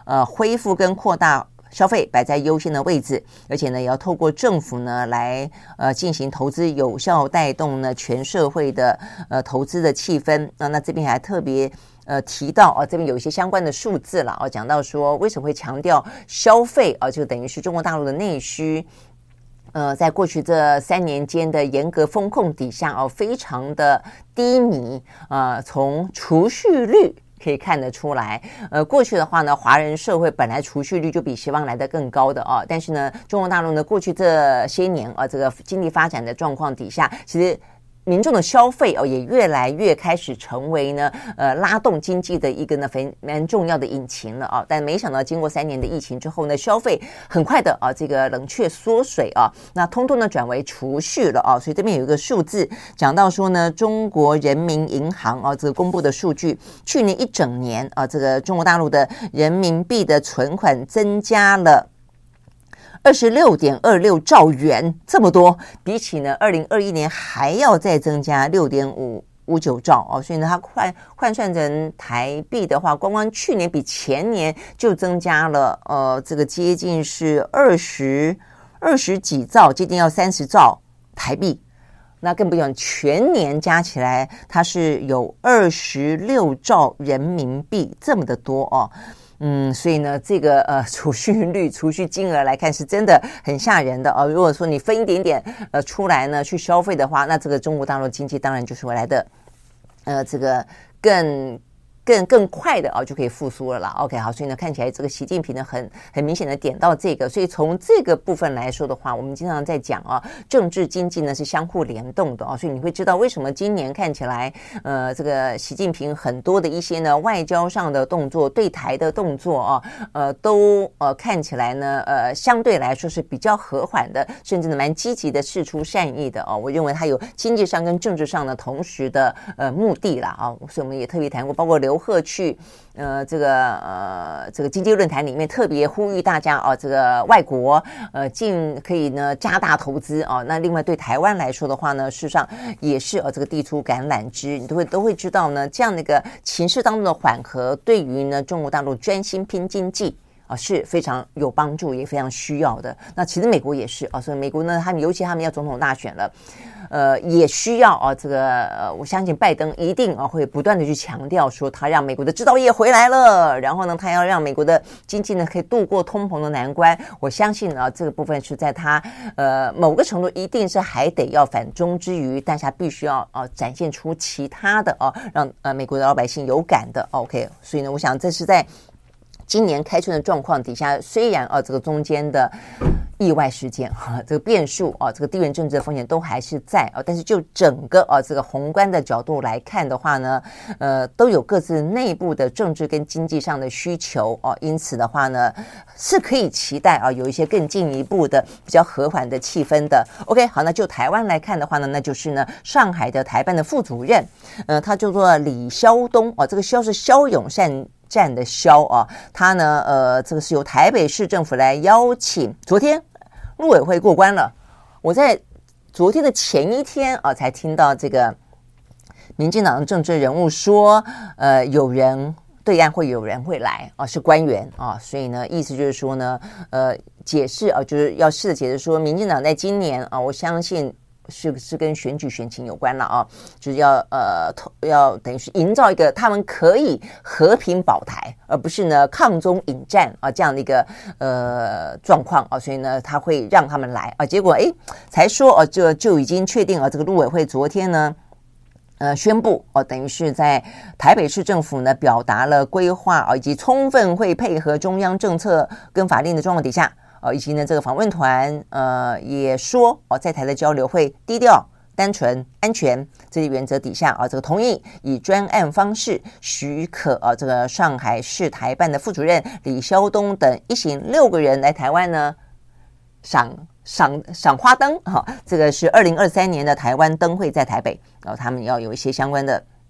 呃恢复跟扩大消费摆在优先的位置，而且呢，也要透过政府呢来呃进行投资，有效带动呢全社会的呃投资的气氛。那那这边还特别呃提到啊，这边有一些相关的数字了啊，讲到说为什么会强调消费啊，就等于是中国大陆的内需。呃，在过去这三年间的严格风控底下哦，非常的低迷。呃，从储蓄率可以看得出来，呃，过去的话呢，华人社会本来储蓄率就比西方来得更高的哦，但是呢，中国大陆呢，过去这些年啊，这个经济发展的状况底下，其实民众的消费哦，也越来越开始成为呢，呃，拉动经济的一个呢，非蛮重要的引擎了啊。但没想到，经过三年的疫情之后呢，消费很快的啊，这个冷却缩水啊，那通通呢转为储蓄了啊。所以这边有一个数字讲到说呢，中国人民银行啊，这个公布的数据，去年一整年啊，这个中国大陆的人民币的存款增加了二十六点二六兆元，这么多，比起呢二零二一年还要再增加六点五五九兆哦，所以呢，它换换算成台币的话，光光去年比前年就增加了呃，这个接近是二十二十几兆，接近要三十兆台币。那更不用全年加起来，它是有二十六兆人民币，这么的多哦。嗯，所以呢，这个呃储蓄率、储蓄金额来看，是真的很吓人的哦。如果说你分一点点呃出来呢去消费的话，那这个中国大陆经济当然就是未来的呃这个更。更更快的啊、哦，就可以复苏了啦。OK， 好，所以呢，看起来这个习近平呢，很很明显的点到这个，所以从这个部分来说的话，我们经常在讲啊，政治经济呢是相互联动的啊、哦，所以你会知道为什么今年看起来，呃，这个习近平很多的一些呢外交上的动作、对台的动作啊，呃，都呃看起来呢，呃，相对来说是比较和缓的，甚至呢蛮积极的释出善意的哦。我认为他有经济上跟政治上呢同时的呃目的啦啊、哦，所以我们也特别谈过，包括刘贺去呃这个呃这个经济论坛里面特别呼吁大家啊，这个外国呃尽可以呢加大投资啊。那另外对台湾来说的话呢，事实上也是呃这个递出橄榄枝，你都会都会知道呢，这样的一个情势当中的缓和，对于呢中国大陆专心拼经济啊是非常有帮助，也非常需要的。那其实美国也是啊，所以美国呢，他们尤其他们要总统大选了。呃，也需要啊，这个呃，我相信拜登一定啊会不断的去强调说，他让美国的制造业回来了，然后呢，他要让美国的经济呢可以度过通膨的难关。我相信啊，这个部分是在他呃某个程度一定是还得要反中之余，但是他必须要啊展现出其他的啊，让呃美国的老百姓有感的。OK， 所以呢，我想这是在今年开春的状况底下，虽然啊这个中间的意外事件哈，这个变数啊，这个地缘政治的风险都还是在啊，但是就整个啊这个宏观的角度来看的话呢，呃，都有各自内部的政治跟经济上的需求啊，因此的话呢，是可以期待啊有一些更进一步的比较和缓的气氛的。OK， 好，那就台湾来看的话呢，那就是呢上海的台办的副主任，呃，他叫做李肖东啊，这个肖是骁勇善战的骁啊，他呢，呃，这个是由台北市政府来邀请。昨天陆委会过关了，我在昨天的前一天啊，才听到这个民进党的政治人物说，呃，有人对岸会有人会来啊，是官员啊，所以呢，意思就是说呢，呃，解释啊，就是要试着解释说，民进党在今年啊，我相信。是是跟选举选情有关了啊，就是要呃要等于是营造一个他们可以和平保台，而不是呢抗中引战啊这样的一个呃状况啊，所以呢他会让他们来啊，结果哎才说啊就就已经确定啊，这个陆委会昨天呢呃宣布哦、啊，等于是在台北市政府呢表达了规划啊，以及充分会配合中央政策跟法令的状况底下。哦，以及呢，这个访问团呃也说哦，在台的交流会低调、单纯、安全这些原则底下啊，这个同意以专案方式许可啊，这个上海市台办的副主任李肖东等一行六个人来台湾呢赏赏赏花灯哈、哦，这个是二零二三年的台湾灯会在台北，然后他们要有一些相关的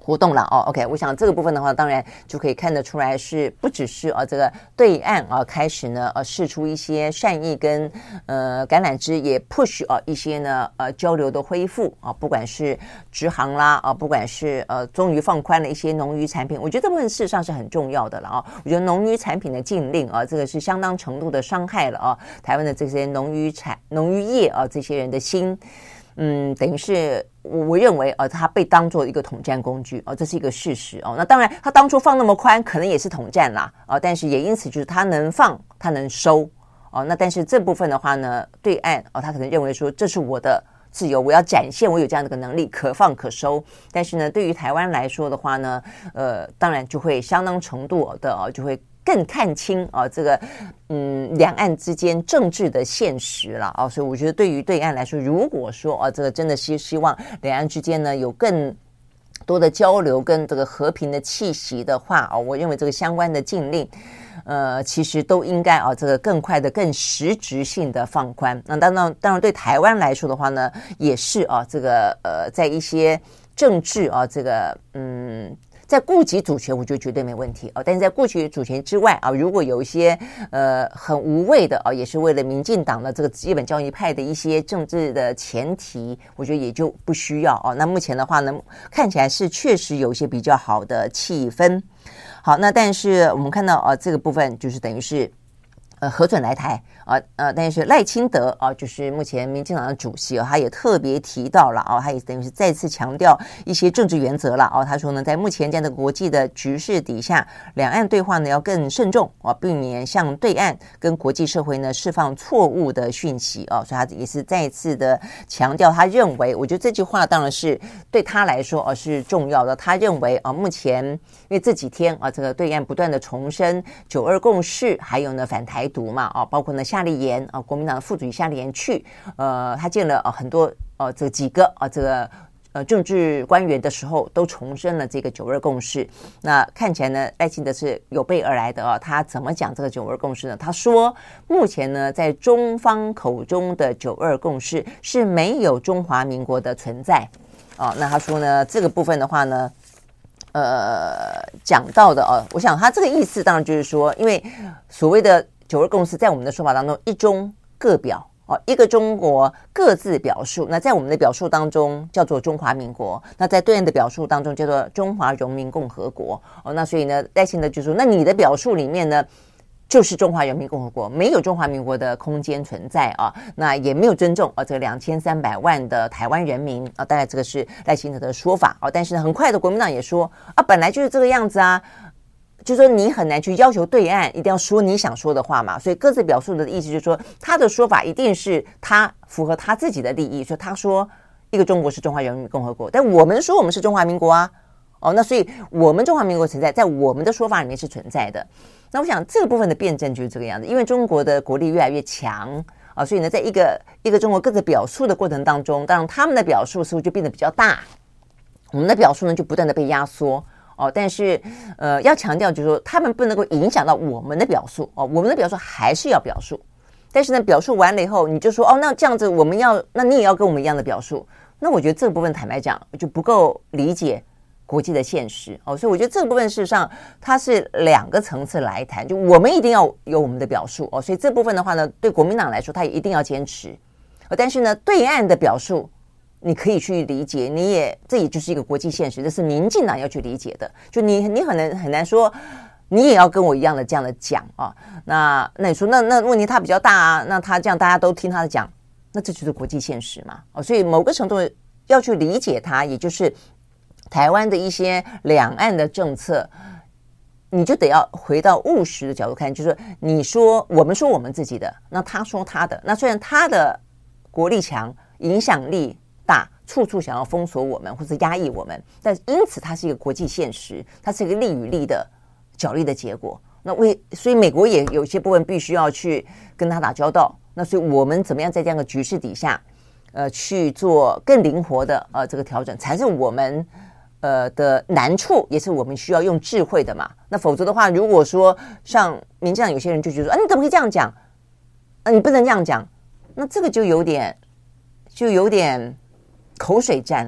活动了哦 ，OK， 我想这个部分的话，当然就可以看得出来是不只是啊这个对岸啊开始呢呃释出一些善意跟呃橄榄枝，也 push 啊一些呢呃交流的恢复啊，不管是直航啦啊，不管是呃终于放宽了一些农渔产品，我觉得这部分事实上是很重要的了啊。我觉得农渔产品的禁令啊，这个是相当程度的伤害了啊台湾的这些农渔产农渔业啊这些人的心。嗯，等于是我我认为呃，它被当作一个统战工具哦，这是一个事实哦。那当然，它当初放那么宽，可能也是统战啦啊、哦，但是也因此就是它能放，它能收哦。那但是这部分的话呢，对岸哦，他可能认为说这是我的自由，我要展现我有这样的一个能力，可放可收。但是呢，对于台湾来说的话呢，呃，当然就会相当程度的哦，就会更看清啊这个嗯两岸之间政治的现实了啊，所以我觉得对于对岸来说，如果说啊这个真的是希望两岸之间呢有更多的交流跟这个和平的气息的话啊，我认为这个相关的禁令呃其实都应该啊这个更快的更实质性的放宽。那当然当然对台湾来说的话呢，也是啊这个呃在一些政治啊这个嗯。在顾及主权，我觉得绝对没问题啊、哦。但是在顾及主权之外啊，如果有一些呃很无谓的啊，也是为了民进党的这个基本教义派的一些政治的前提，我觉得也就不需要啊。那目前的话呢，看起来是确实有一些比较好的气氛。好，那但是我们看到啊，这个部分就是等于是。呃，核准来台啊，呃，但是赖清德啊，就是目前民进党的主席啊，他也特别提到了啊，他也等于是再次强调一些政治原则了啊。他说呢，在目前这样的国际的局势底下，两岸对话呢要更慎重啊，避免向对岸跟国际社会呢释放错误的讯息啊。所以他也是再次的强调，他认为，我觉得这句话当然是对他来说啊是重要的。他认为啊，目前因为这几天啊，这个对岸不断的重申九二共识，还有呢反台独嘛啊，包括呢夏立言啊，国民党的副主席夏立言去，呃，他见了啊很多呃这几个啊这个呃政治官员的时候，都重申了这个九二共识。那看起来呢，赖清德是有备而来的啊。他怎么讲这个九二共识呢？他说，目前呢，在中方口中的九二共识是没有中华民国的存在啊。那他说呢，这个部分的话呢。呃，讲到的哦，我想他这个意思当然就是说，因为所谓的九二共识，在我们的说法当中，一中各表哦，一个中国各自表述。那在我们的表述当中叫做中华民国，那在对岸的表述当中叫做中华人民共和国哦。那所以呢，赖清德就说，那你的表述里面呢？就是中华人民共和国，没有中华民国的空间存在啊，那也没有尊重啊这个两千三百万的台湾人民啊，大概这个是赖清德的说法啊。但是呢，很快的国民党也说啊，本来就是这个样子啊，就说你很难去要求对岸一定要说你想说的话嘛，所以各自表述的意思就是说，他的说法一定是他符合他自己的利益，所以他说一个中国是中华人民共和国，但我们说我们是中华民国啊。哦，那所以我们中华民国存在，在我们的说法里面是存在的。那我想这个部分的辩证就是这个样子，因为中国的国力越来越强啊，所以呢，在一个一个中国各自表述的过程当中，当然他们的表述似乎就变得比较大，我们的表述呢就不断的被压缩哦。但是呃，要强调就是说，他们不能够影响到我们的表述哦，我们的表述还是要表述，但是呢，表述完了以后，你就说哦，那这样子我们要，那你也要跟我们一样的表述，那我觉得这个部分坦白讲就不够理解。国际的现实哦，所以我觉得这个部分事实上它是两个层次来谈，就我们一定要有我们的表述哦，所以这部分的话呢，对国民党来说，他也一定要坚持。但是呢，对岸的表述你可以去理解，你也这也就是一个国际现实，这是民进党要去理解的。就你你很难很难说，你也要跟我一样的这样的讲啊。那那你说那那问题他比较大啊，那他这样大家都听他的讲，那这就是国际现实嘛哦，所以某个程度要去理解它，也就是。台湾的一些两岸的政策，你就得要回到务实的角度看，就是你说我们说我们自己的，那他说他的，那虽然他的国力强、影响力大，处处想要封锁我们或者压抑我们，但因此它是一个国际现实，它是一个利与利的角力的结果。那为所以美国也有些部分必须要去跟他打交道。那所以我们怎么样在这样的局势底下，呃，去做更灵活的呃这个调整，才是我们。呃的难处，也是我们需要用智慧的嘛。那否则的话，如果说像民进党有些人就觉得说，啊，你怎么可以这样讲？啊，你不能这样讲，那这个就有点，就有点口水战了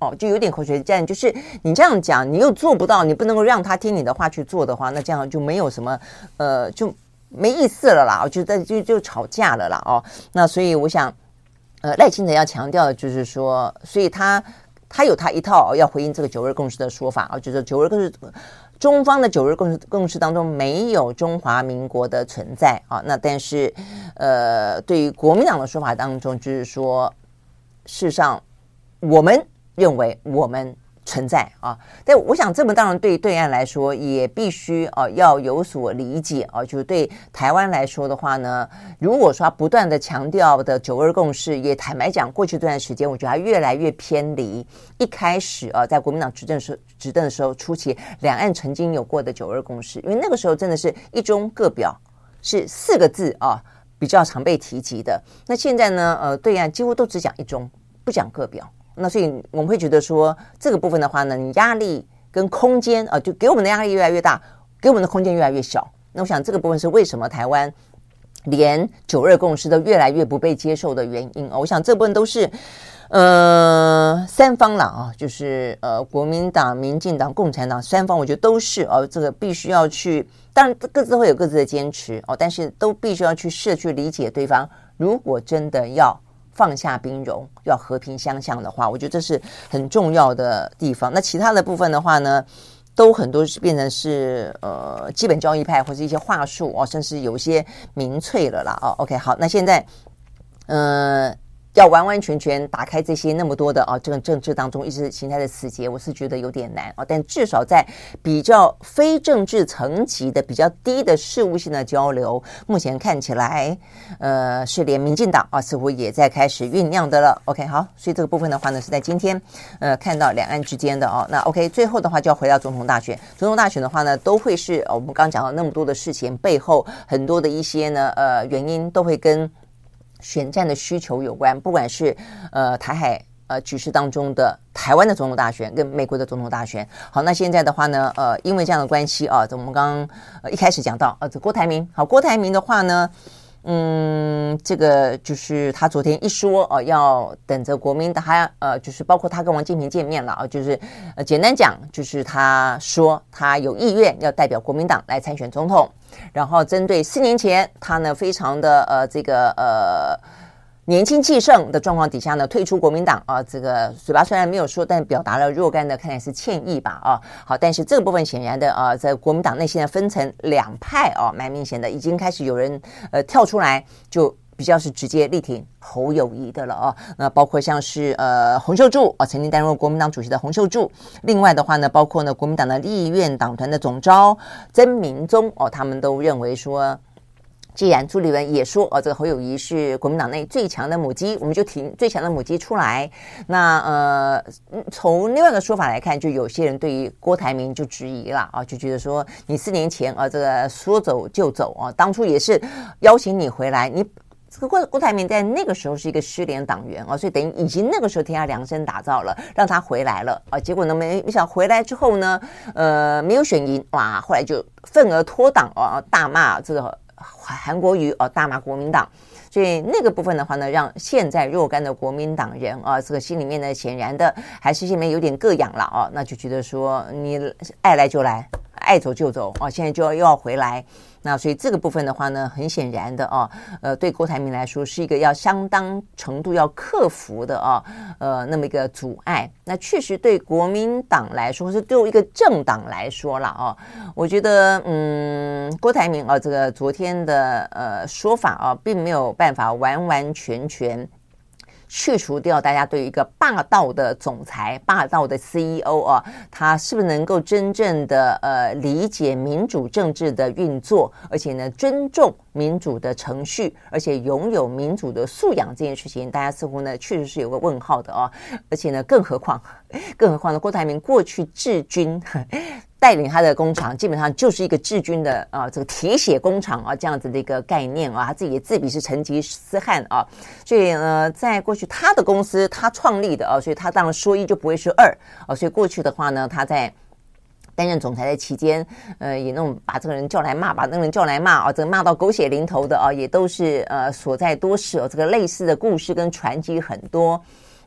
哦，就有点口水战，就是你这样讲，你又做不到，你不能够让他听你的话去做的话，那这样就没有什么呃，就没意思了啦，就在就就吵架了啦哦。那所以我想，呃，赖清德要强调的就是说，所以他他有他一套要回应这个九二共识的说法啊，就是九二共识。中方的九日共识共识当中没有中华民国的存在啊，那但是呃，对于国民党的说法当中，就是说，事实上我们认为我们存在啊，但我想这么当然对对岸来说也必须啊要有所理解啊，就是对台湾来说的话呢，如果说不断的强调的九二共识，也坦白讲，过去这段时间我觉得它越来越偏离一开始啊，在国民党执政时执政的时候初期，两岸曾经有过的九二共识，因为那个时候真的是一中各表是四个字啊，比较常被提及的。那现在呢，呃，对岸几乎都只讲一中，不讲各表。那所以我们会觉得说，这个部分的话呢，你压力跟空间啊、呃，就给我们的压力越来越大，给我们的空间越来越小。那我想这个部分是为什么台湾连九二共识都越来越不被接受的原因啊。我想这部分都是呃三方啦啊，就是呃国民党、民进党、共产党三方，我觉得都是哦、呃，这个必须要去，当然各自会有各自的坚持哦，但是都必须要去试着去理解对方。如果真的要放下兵戎，要和平相向的话，我觉得这是很重要的地方。那其他的部分的话呢，都很多变成是呃基本教义派或者一些话术哦，甚至有些民粹了啦哦。OK， 好，那现在呃要完完全全打开这些那么多的啊，这个政治当中意识形态的死结，我是觉得有点难啊。但至少在比较非政治层级的比较低的事务性的交流，目前看起来，呃，是连民进党啊似乎也在开始酝酿的了。OK， 好，所以这个部分的话呢，是在今天呃看到两岸之间的哦。那 OK， 最后的话就要回到总统大选，总统大选的话呢，都会是、哦、我们刚刚讲到那么多的事情背后很多的一些呢呃原因都会跟选战的需求有关，不管是呃台海呃局势当中的台湾的总统大选跟美国的总统大选。好，那现在的话呢，呃，因为这样的关系啊，我们刚刚、呃、一开始讲到呃，这郭台铭，好，郭台铭的话呢，嗯，这个就是他昨天一说哦、呃，要等着国民党，他呃，就是包括他跟王金平见面了啊、呃，就是呃，简单讲，就是他说他有意愿要代表国民党来参选总统。然后针对四年前他呢非常的呃这个呃年轻气盛的状况底下呢退出国民党啊，这个嘴巴虽然没有说，但表达了若干的看来是歉意吧啊。好，但是这个部分显然的啊，在国民党内现在分成两派啊，蛮明显的，已经开始有人呃跳出来就比较是直接力挺侯友宜的了啊。那包括像是呃洪秀柱啊，曾经担任国民党主席的洪秀柱，另外的话呢，包括呢国民党的立院党团的总召曾明宗哦，他们都认为说，既然朱立伦也说哦，这个侯友宜是国民党内最强的母鸡，我们就挺最强的母鸡出来。那呃，从另外一个说法来看，就有些人对于郭台铭就质疑了啊，就觉得说你四年前啊，这个说走就走啊，当初也是邀请你回来，你。这个郭郭台铭在那个时候是一个失联党员啊，所以等于已经那个时候替他量身打造了，让他回来了啊。结果呢，没没想回来之后呢，呃，没有选赢，哇，后来就愤而脱党啊，大骂这个韩国瑜啊，大骂国民党。所以那个部分的话呢，让现在若干的国民党人啊，这个心里面呢，显然的还是心里面有点膈痒了啊，那就觉得说你爱来就来，爱走就走啊，现在就要又要回来。那所以这个部分的话呢，很显然的啊，呃，对郭台铭来说是一个要相当程度要克服的啊，呃，那么一个阻碍。那确实对国民党来说，或是对一个政党来说了啊，我觉得嗯，郭台铭啊，这个昨天的呃说法啊，并没有办法完完全全去除掉大家对于一个霸道的总裁、霸道的 C E O 啊，他是不是能够真正的呃理解民主政治的运作，而且呢尊重民主的程序，而且拥有民主的素养这件事情，大家似乎呢确实是有个问号的哦。而且呢，更何况，更何况呢，郭台铭过去治军。带领他的工厂基本上就是一个治军的啊，这个铁血工厂啊，这样子的一个概念啊，他自己也自比是成吉思汗啊，所以呢，在过去他的公司他创立的啊，所以他当然说一就不会是二啊，所以过去的话呢，他在担任总裁的期间，呃，也那种把这个人叫来骂，把那个人叫来骂啊，这个骂到狗血淋头的啊，也都是呃所在多事哦，这个类似的故事跟传奇很多。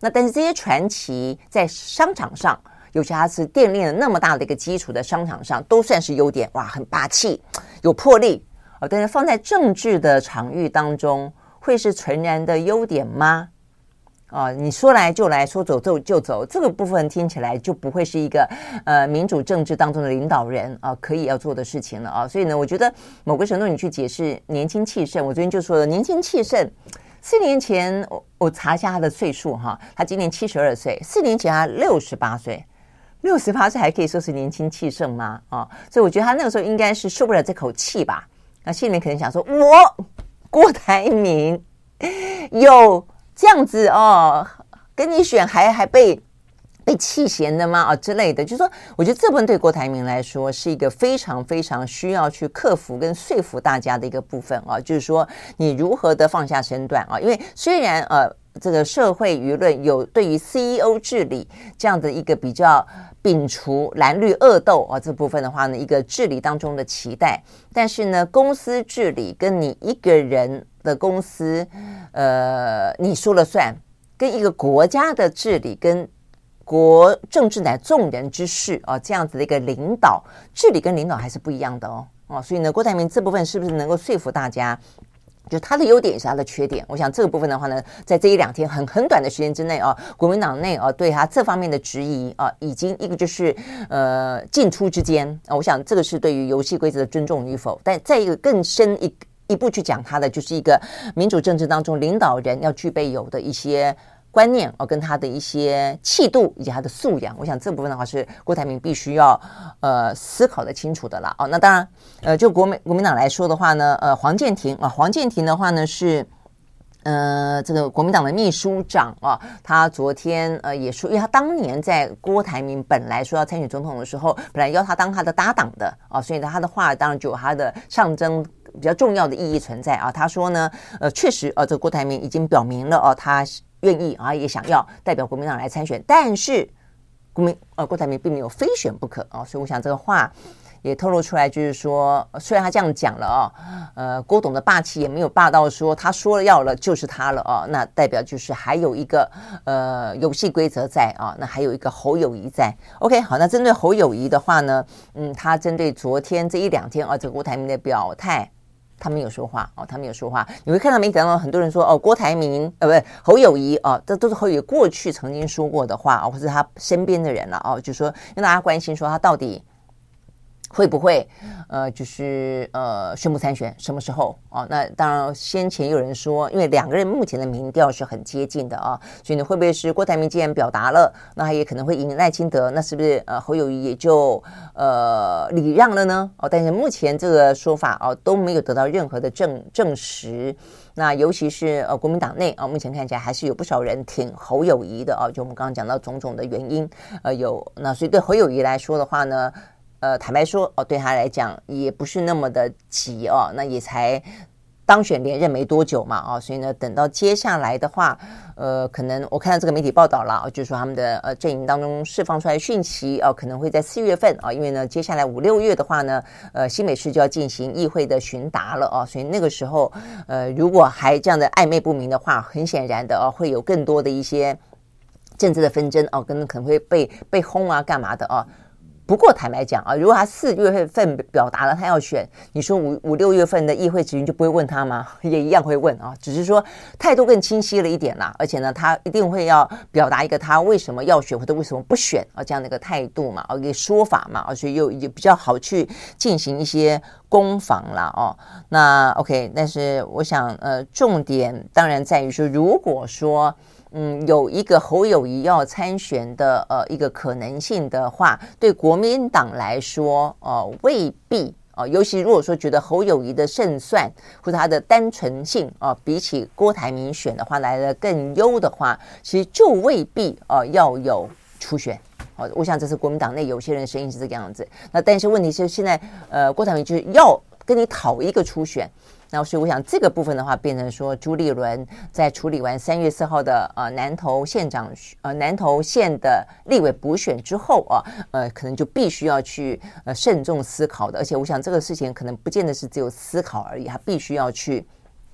那但是这些传奇在商场上，尤其它是奠定了那么大的一个基础的商场上，都算是优点，哇，很霸气，有魄力啊。但是放在政治的场域当中，会是纯然的优点吗？啊，你说来就来，说走就就走，这个部分听起来就不会是一个呃民主政治当中的领导人啊可以要做的事情了啊。所以呢，我觉得某个程度你去解释年轻气盛，我昨天就说了，年轻气盛，四年前我我查一下他的岁数哈，他今年七十二岁，四年前他六十八岁，六十八岁还可以说是年轻气盛吗？啊，所以我觉得他那个时候应该是受不了这口气吧。那心里面可能想说，我郭台铭有这样子哦，跟你选还还被被弃嫌的吗？啊之类的，就是说，我觉得这部分对郭台铭来说是一个非常非常需要去克服跟说服大家的一个部分啊，就是说你如何的放下身段啊，因为虽然呃这个社会舆论有对于 C E O 治理这样的一个比较摒除蓝绿恶斗啊这部分的话呢，一个治理当中的期待，但是呢，公司治理跟你一个人的公司，呃，你说了算，跟一个国家的治理跟国政治乃众人之事啊，这样子的一个领导治理跟领导还是不一样的哦，哦，所以呢，郭台铭这部分是不是能够说服大家？就他的优点也是他的缺点，我想这个部分的话呢，在这一两天很很短的时间之内啊，国民党内啊对他这方面的质疑啊，已经一个就是呃进出之间啊，我想这个是对于游戏规则的尊重与否，但再一个更深一一步去讲他的，就是一个民主政治当中领导人要具备有的一些观念哦，跟他的一些气度以及他的素养，我想这部分的话是郭台铭必须要呃思考的清楚的啦。哦，那当然，呃，就国民国民党来说的话呢，呃，黄健庭啊，黄健庭的话呢是。呃，这个国民党的秘书长啊，他昨天呃也说，因为他当年在郭台铭本来说要参选总统的时候，本来邀他当他的搭档的啊，所以呢，他的话当然就有他的象征比较重要的意义存在啊。他说呢，呃，确实，呃，这个郭台铭已经表明了哦、啊，他愿意啊，也想要代表国民党来参选，但是国民呃郭台铭并没有非选不可啊，所以我想这个话。也透露出来，就是说，虽然他这样讲了哦，呃，郭董的霸气也没有霸到说他说了要了就是他了哦，那代表就是还有一个呃游戏规则在啊，那还有一个侯友宜在。OK， 好，那针对侯友宜的话呢，嗯，他针对昨天这一两天啊，这个郭台铭的表态。他没有说话哦，他没有说话。你会看到媒体当中很多人说哦，郭台铭呃，不是侯友宜哦，这都是侯友宜过去曾经说过的话哦，或者他身边的人了哦，就说让大家关心说他到底。会不会呃就是呃宣布参选什么时候哦？那当然先前有人说，因为两个人目前的民调是很接近的啊，所以呢会不会是郭台铭既然表达了，那他也可能会赢赖清德，那是不是呃侯友宜也就呃礼让了呢？哦，但是目前这个说法哦都没有得到任何的证证实。那尤其是呃国民党内啊，目前看起来还是有不少人挺侯友宜的啊，就我们刚刚讲到种种的原因，呃有那所以对侯友宜来说的话呢。呃，坦白说，哦，对他来讲也不是那么的急哦，那也才当选连任没多久嘛，哦，所以呢，等到接下来的话，呃，可能我看到这个媒体报道了，哦，就是说他们的呃阵营当中释放出来的讯息，哦，可能会在四月份啊，哦，因为呢，接下来五六月的话呢，呃，新北市就要进行议会的询答了哦，所以那个时候，呃，如果还这样的暧昧不明的话，很显然的哦，会有更多的一些政治的纷争哦，跟可能会被被轰啊，干嘛的哦。不过坦白讲啊，如果他四月份表达了他要选，你说五五六月份的议会质询就不会问他吗？也一样会问啊，只是说态度更清晰了一点啦。而且呢，他一定会要表达一个他为什么要选或者为什么不选啊这样的一个态度嘛，一个说法嘛，所以又也比较好去进行一些攻防啦哦。那 OK， 但是我想呃，重点当然在于说，如果说。嗯，有一个侯友宜要参选的呃一个可能性的话，对国民党来说，呃未必啊、呃，尤其如果说觉得侯友宜的胜算或者他的单纯性啊、呃，比起郭台铭选的话来的更优的话，其实就未必啊、呃、要有初选。哦，我想这是国民党内有些人的声音是这个样子。那但是问题是现在呃郭台铭就是要跟你讨一个初选。那所以我想这个部分的话，变成说朱立伦在处理完三月四号的呃南投县长呃南投县的立委补选之后啊，呃可能就必须要去呃慎重思考的，而且我想这个事情可能不见得是只有思考而已，他必须要去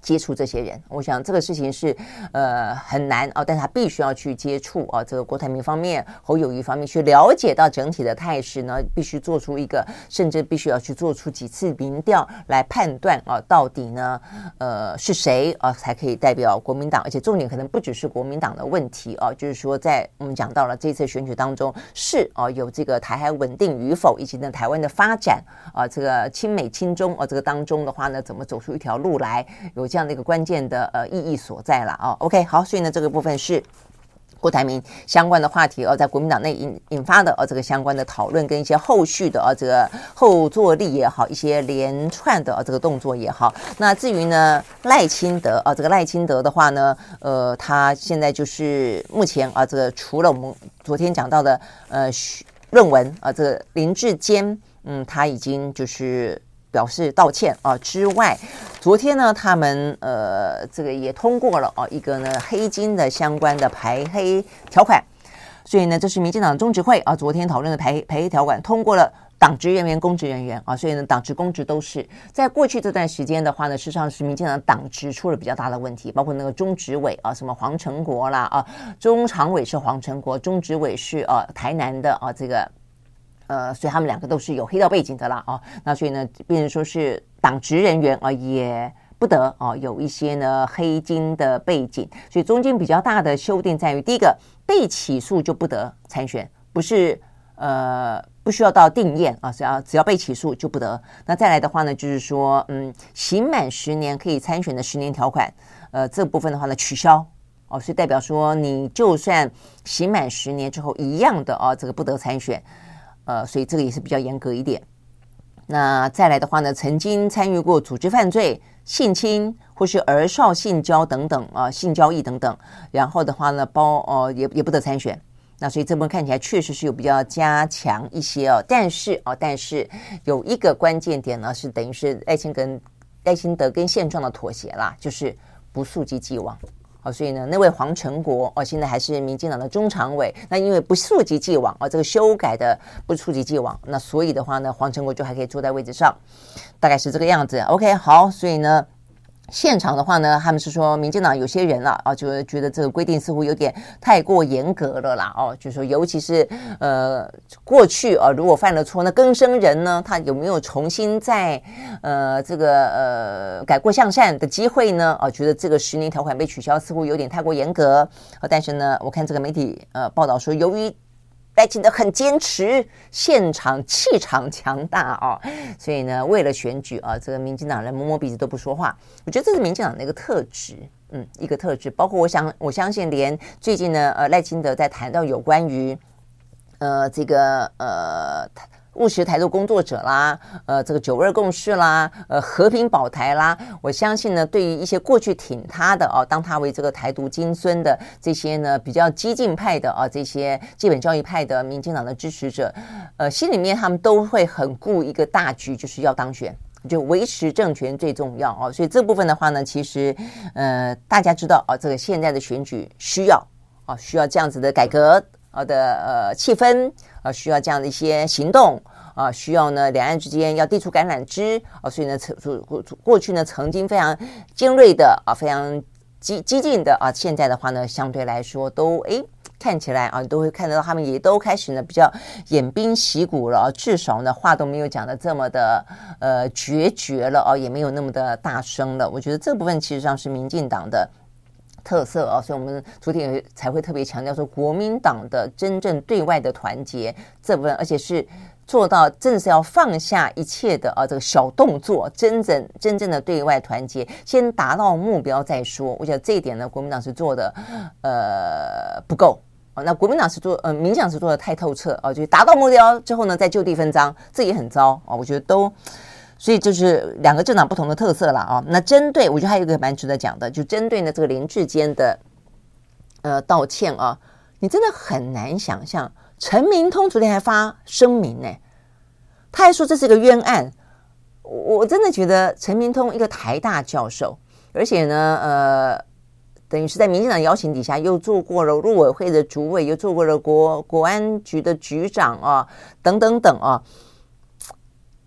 接触这些人，我想这个事情是呃很难哦，但他必须要去接触啊，这个郭台铭方面、侯友宜方面去了解到整体的态势呢，必须做出一个，甚至必须要去做出几次民调来判断啊，到底呢呃是谁啊才可以代表国民党，而且重点可能不只是国民党的问题啊，就是说在我们讲到了这次选举当中是啊有这个台海稳定与否，以及呢台湾的发展啊，这个亲美亲中啊这个当中的话呢，怎么走出一条路来，有这样的一个关键的呃意义所在了啊。OK， 好，所以呢这个部分是郭台铭相关的话题哦，在国民党内引引发的哦这个相关的讨论跟一些后续的哦这个后坐力也好，一些连串的哦这个动作也好。那至于呢赖清德啊，这个赖清德的话呢，呃，他现在就是目前啊这个除了我们昨天讲到的呃论文啊，这个林智坚嗯他已经就是表示道歉啊之外，昨天呢他们呃这个也通过了啊一个呢黑金的相关的排黑条款，所以呢这是民进党中执会啊昨天讨论的排排黑条款通过了。党职人员、公职人员啊，所以呢，党职、公职都是在过去这段时间的话呢，事实上是民进党党职出了比较大的问题，包括那个中执委啊，什么黄成国啦啊，中常委是黄成国，中执委是啊台南的啊这个。呃，所以他们两个都是有黑道背景的啦啊，那所以呢，变成说是党职人员啊，也不得啊有一些呢黑金的背景，所以中间比较大的修订在于，第一个被起诉就不得参选，不是呃不需要到定验啊，只要只要被起诉就不得。那再来的话呢，就是说嗯，刑满十年可以参选的十年条款，呃，这部分的话呢取消。哦，所以代表说你就算刑满十年之后一样的啊，这个不得参选。呃，所以这个也是比较严格一点。那再来的话呢，曾经参与过组织犯罪、性侵或是儿少性交等等啊、呃，性交易等等，然后的话呢，包呃也也不得参选。那所以这部分看起来确实是有比较加强一些哦，但是哦，但是有一个关键点呢，是等于是赖清跟赖清德跟现状的妥协啦，就是不溯及既往。哦，所以呢，那位黄成国哦，现在还是民进党的中常委。那因为不溯及既往哦，这个修改的不溯及既往，那所以的话呢，黄成国就还可以坐在位置上，大概是这个样子。OK， 好，所以呢。现场的话呢，他们是说民进党有些人了啊，就觉得这个规定似乎有点太过严格了啦哦，就是说尤其是呃过去啊，如果犯了错，那更生人呢，他有没有重新再呃这个呃改过向善的机会呢？啊，觉得这个十年条款被取消似乎有点太过严格。啊、但是呢，我看这个媒体呃报道说，由于赖清德很坚持，现场气场强大啊，所以呢，为了选举啊，这个民进党人摸摸鼻子都不说话。我觉得这是民进党的一个特质，嗯，一个特质。包括我想，我相信连最近呢，呃，赖清德在谈到有关于呃这个呃。务实台独工作者啦，呃，这个九二共识啦，呃，和平保台啦，我相信呢，对于一些过去挺他的哦，当他为这个台独金孙的这些呢比较激进派的啊，这些基本教义派的民进党的支持者，呃，心里面他们都会很顾一个大局，就是要当选。就维持政权最重要哦，所以这部分的话呢，其实呃大家知道啊，这个现在的选举需要啊，需要这样子的改革啊的呃气氛啊，需要这样的一些行动啊，需要呢两岸之间要递出橄榄枝啊，所以呢，过过去呢曾经非常尖锐的啊，非常激激进的啊，现在的话呢，相对来说都诶。看起来啊，你都会看得到他们也都开始呢比较偃兵息鼓了，至少呢话都没有讲的这么的呃决绝了啊，也没有那么的大声了。我觉得这部分其实上是民进党的特色啊，所以我们昨天也才会特别强调说，国民党的真正对外的团结这部分，而且是做到真的是要放下一切的啊这个小动作，真正真正的对外团结，先达到目标再说。我觉得这一点呢，国民党是做的呃不够。哦，那国民党是做，呃，民进党是做的太透彻哦，就达到目标之后呢，再就地分赃，这也很糟啊、哦。我觉得都，所以就是两个政党不同的特色了啊、哦。那针对，我觉得还有一个蛮值得讲的，就针对呢这个林智坚的呃道歉啊，你真的很难想象，陈明通昨天还发声明呢，他还说这是个冤案。我我真的觉得陈明通一个台大教授，而且呢，呃。等于是在民进党邀请底下，又做过了陆委会的主委，又做过了国国安局的局长啊，等等等啊。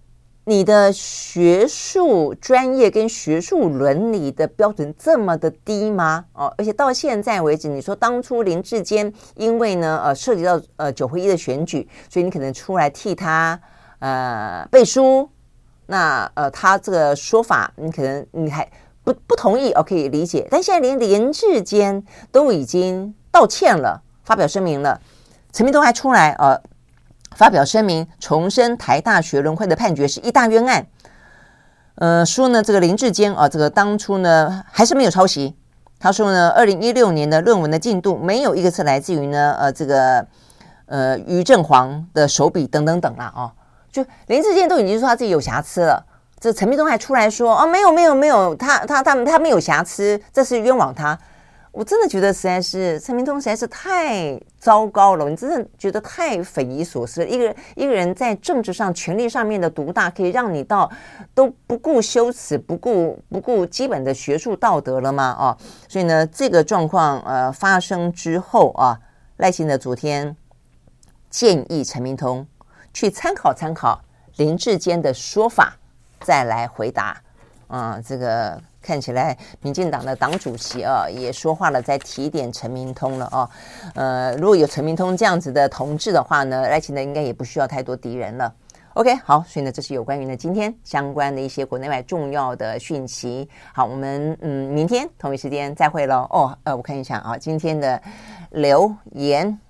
你的学术专业跟学术伦理的标准这么的低吗？哦，而且到现在为止，你说当初林智坚因为呢呃涉及到呃九合一的选举，所以你可能出来替他呃背书，那呃他这个说法你可能你还不不同意，哦可以理解，但现在连林智坚都已经道歉了，发表声明了，陈明通还出来呃。发表声明重申台大学伦会的判决是一大冤案，呃，说呢这个林智坚啊，这个当初呢还是没有抄袭。他说呢，二零一六年的论文的进度没有一个是来自于呢呃这个呃于正煌的手笔等等等啦哦，就林智坚都已经说他自己有瑕疵了，这陈明通还出来说哦没有没有没有，他他他他没有瑕疵，这是冤枉他。我真的觉得实在是陈明通实在是太糟糕了，你真的觉得太匪夷所思了。一个一个人在政治上权力上面的独大，可以让你到都不顾羞耻，不顾不顾基本的学术道德了吗？哦，所以呢，这个状况呃发生之后啊，赖清德昨天建议陈明通去参考参考林智坚的说法，再来回答。啊，这个看起来民进党的党主席啊也说话了，在提点陈明通了啊。呃，如果有陈明通这样子的同志的话呢，赖清德应该也不需要太多敌人了。OK， 好，所以呢，这是有关于呢今天相关的一些国内外重要的讯息。好，我们嗯明天同一时间再会喽。哦，呃，我看一下啊，今天的留言，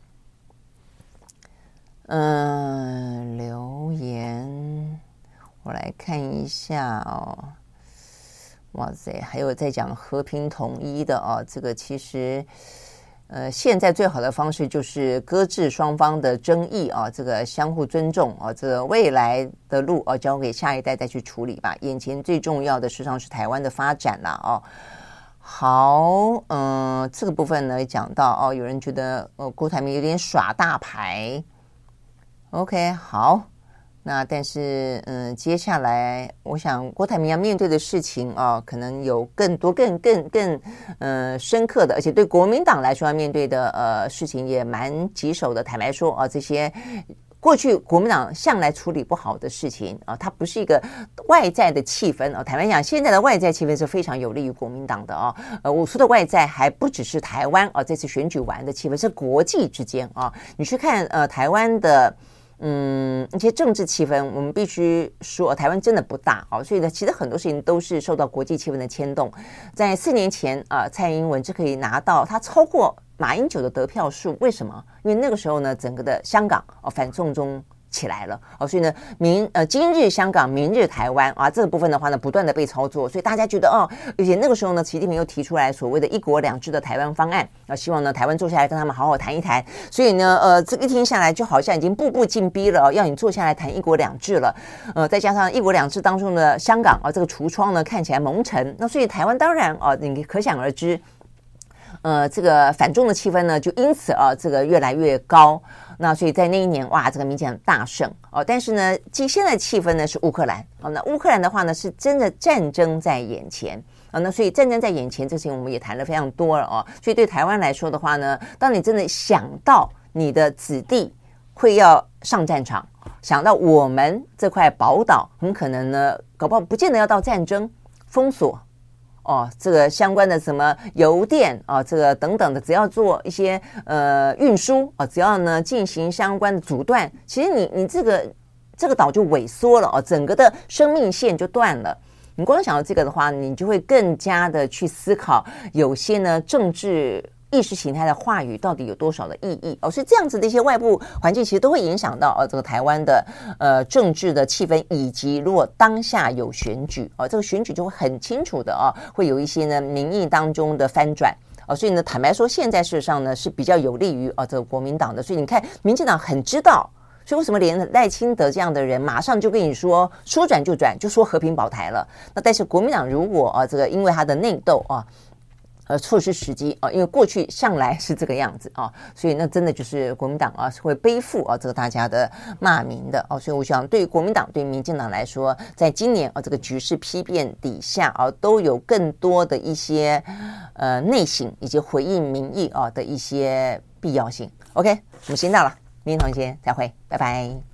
嗯、呃，留言，我来看一下哦。哇塞，还有在讲和平统一的哦，这个其实呃，现在最好的方式就是搁置双方的争议啊，这个相互尊重啊，这个未来的路啊，交给下一代再去处理吧。眼前最重要的实际上是台湾的发展啦哦。好，嗯、呃，这个部分呢讲到哦，有人觉得呃郭台铭有点耍大牌。OK， 好。那但是嗯，接下来我想郭台铭要面对的事情啊，可能有更多更更更呃深刻的，而且对国民党来说要面对的呃事情也蛮棘手的。坦白说啊，这些过去国民党向来处理不好的事情啊，它不是一个外在的气氛啊。坦白讲，现在的外在气氛是非常有利于国民党的啊。呃，我说的外在还不只是台湾啊，这次选举完的气氛是国际之间啊。你去看呃台湾的。嗯，一些政治气氛，我们必须说，台湾真的不大哦，所以呢，其实很多事情都是受到国际气氛的牵动。在四年前啊、呃，蔡英文就可以拿到他超过马英九的得票数，为什么？因为那个时候呢，整个的香港哦反送中起来了哦，所以呢，明呃今日香港，明日台湾啊，这个部分的话呢，不断的被操作，所以大家觉得哦，而且那个时候呢，习近平又提出来所谓的一国两制的台湾方案啊，希望呢台湾坐下来跟他们好好谈一谈，所以呢，呃，这一听下来就好像已经步步进逼了、哦，要你坐下来谈一国两制了，呃，再加上一国两制当中的香港啊，这个橱窗呢看起来蒙尘，那所以台湾当然啊，你可想而知。呃，这个反中的气氛呢，就因此啊，这个越来越高。那所以在那一年，哇，这个民进党大胜哦。但是呢，其现在的气氛呢是乌克兰哦。那乌克兰的话呢，是真的战争在眼前啊。那所以战争在眼前，这事情我们也谈了非常多了哦。所以对台湾来说的话呢，当你真的想到你的子弟会要上战场，想到我们这块宝岛很可能呢，搞不好不见得要到战争封锁。哦，这个相关的什么邮电啊，这个等等的，只要做一些呃运输啊，只要呢进行相关的阻断，其实你你这个这个岛就萎缩了哦，整个的生命线就断了。你光想到这个的话，你就会更加的去思考，有些呢政治意识形态的话语到底有多少的意义哦，所以这样子的一些外部环境其实都会影响到呃这个台湾的呃政治的气氛，以及如果当下有选举哦，这个选举就会很清楚的啊、哦，会有一些呢民意当中的翻转哦，所以呢坦白说，现在事实上呢是比较有利于啊、哦、这个国民党的，所以你看民进党很知道。所以为什么连赖清德这样的人马上就跟你说说转就转，就说和平保台了？那但是国民党如果啊这个因为他的内斗啊。呃，错失时机啊，因为过去向来是这个样子啊，所以那真的就是国民党啊是会背负啊这个大家的骂名的啊，所以我想对于国民党对民进党来说，在今年啊这个局势批变底下啊，都有更多的一些呃内省以及回应民意啊的一些必要性。OK， 我们先到了，明天同一时间再会，拜拜。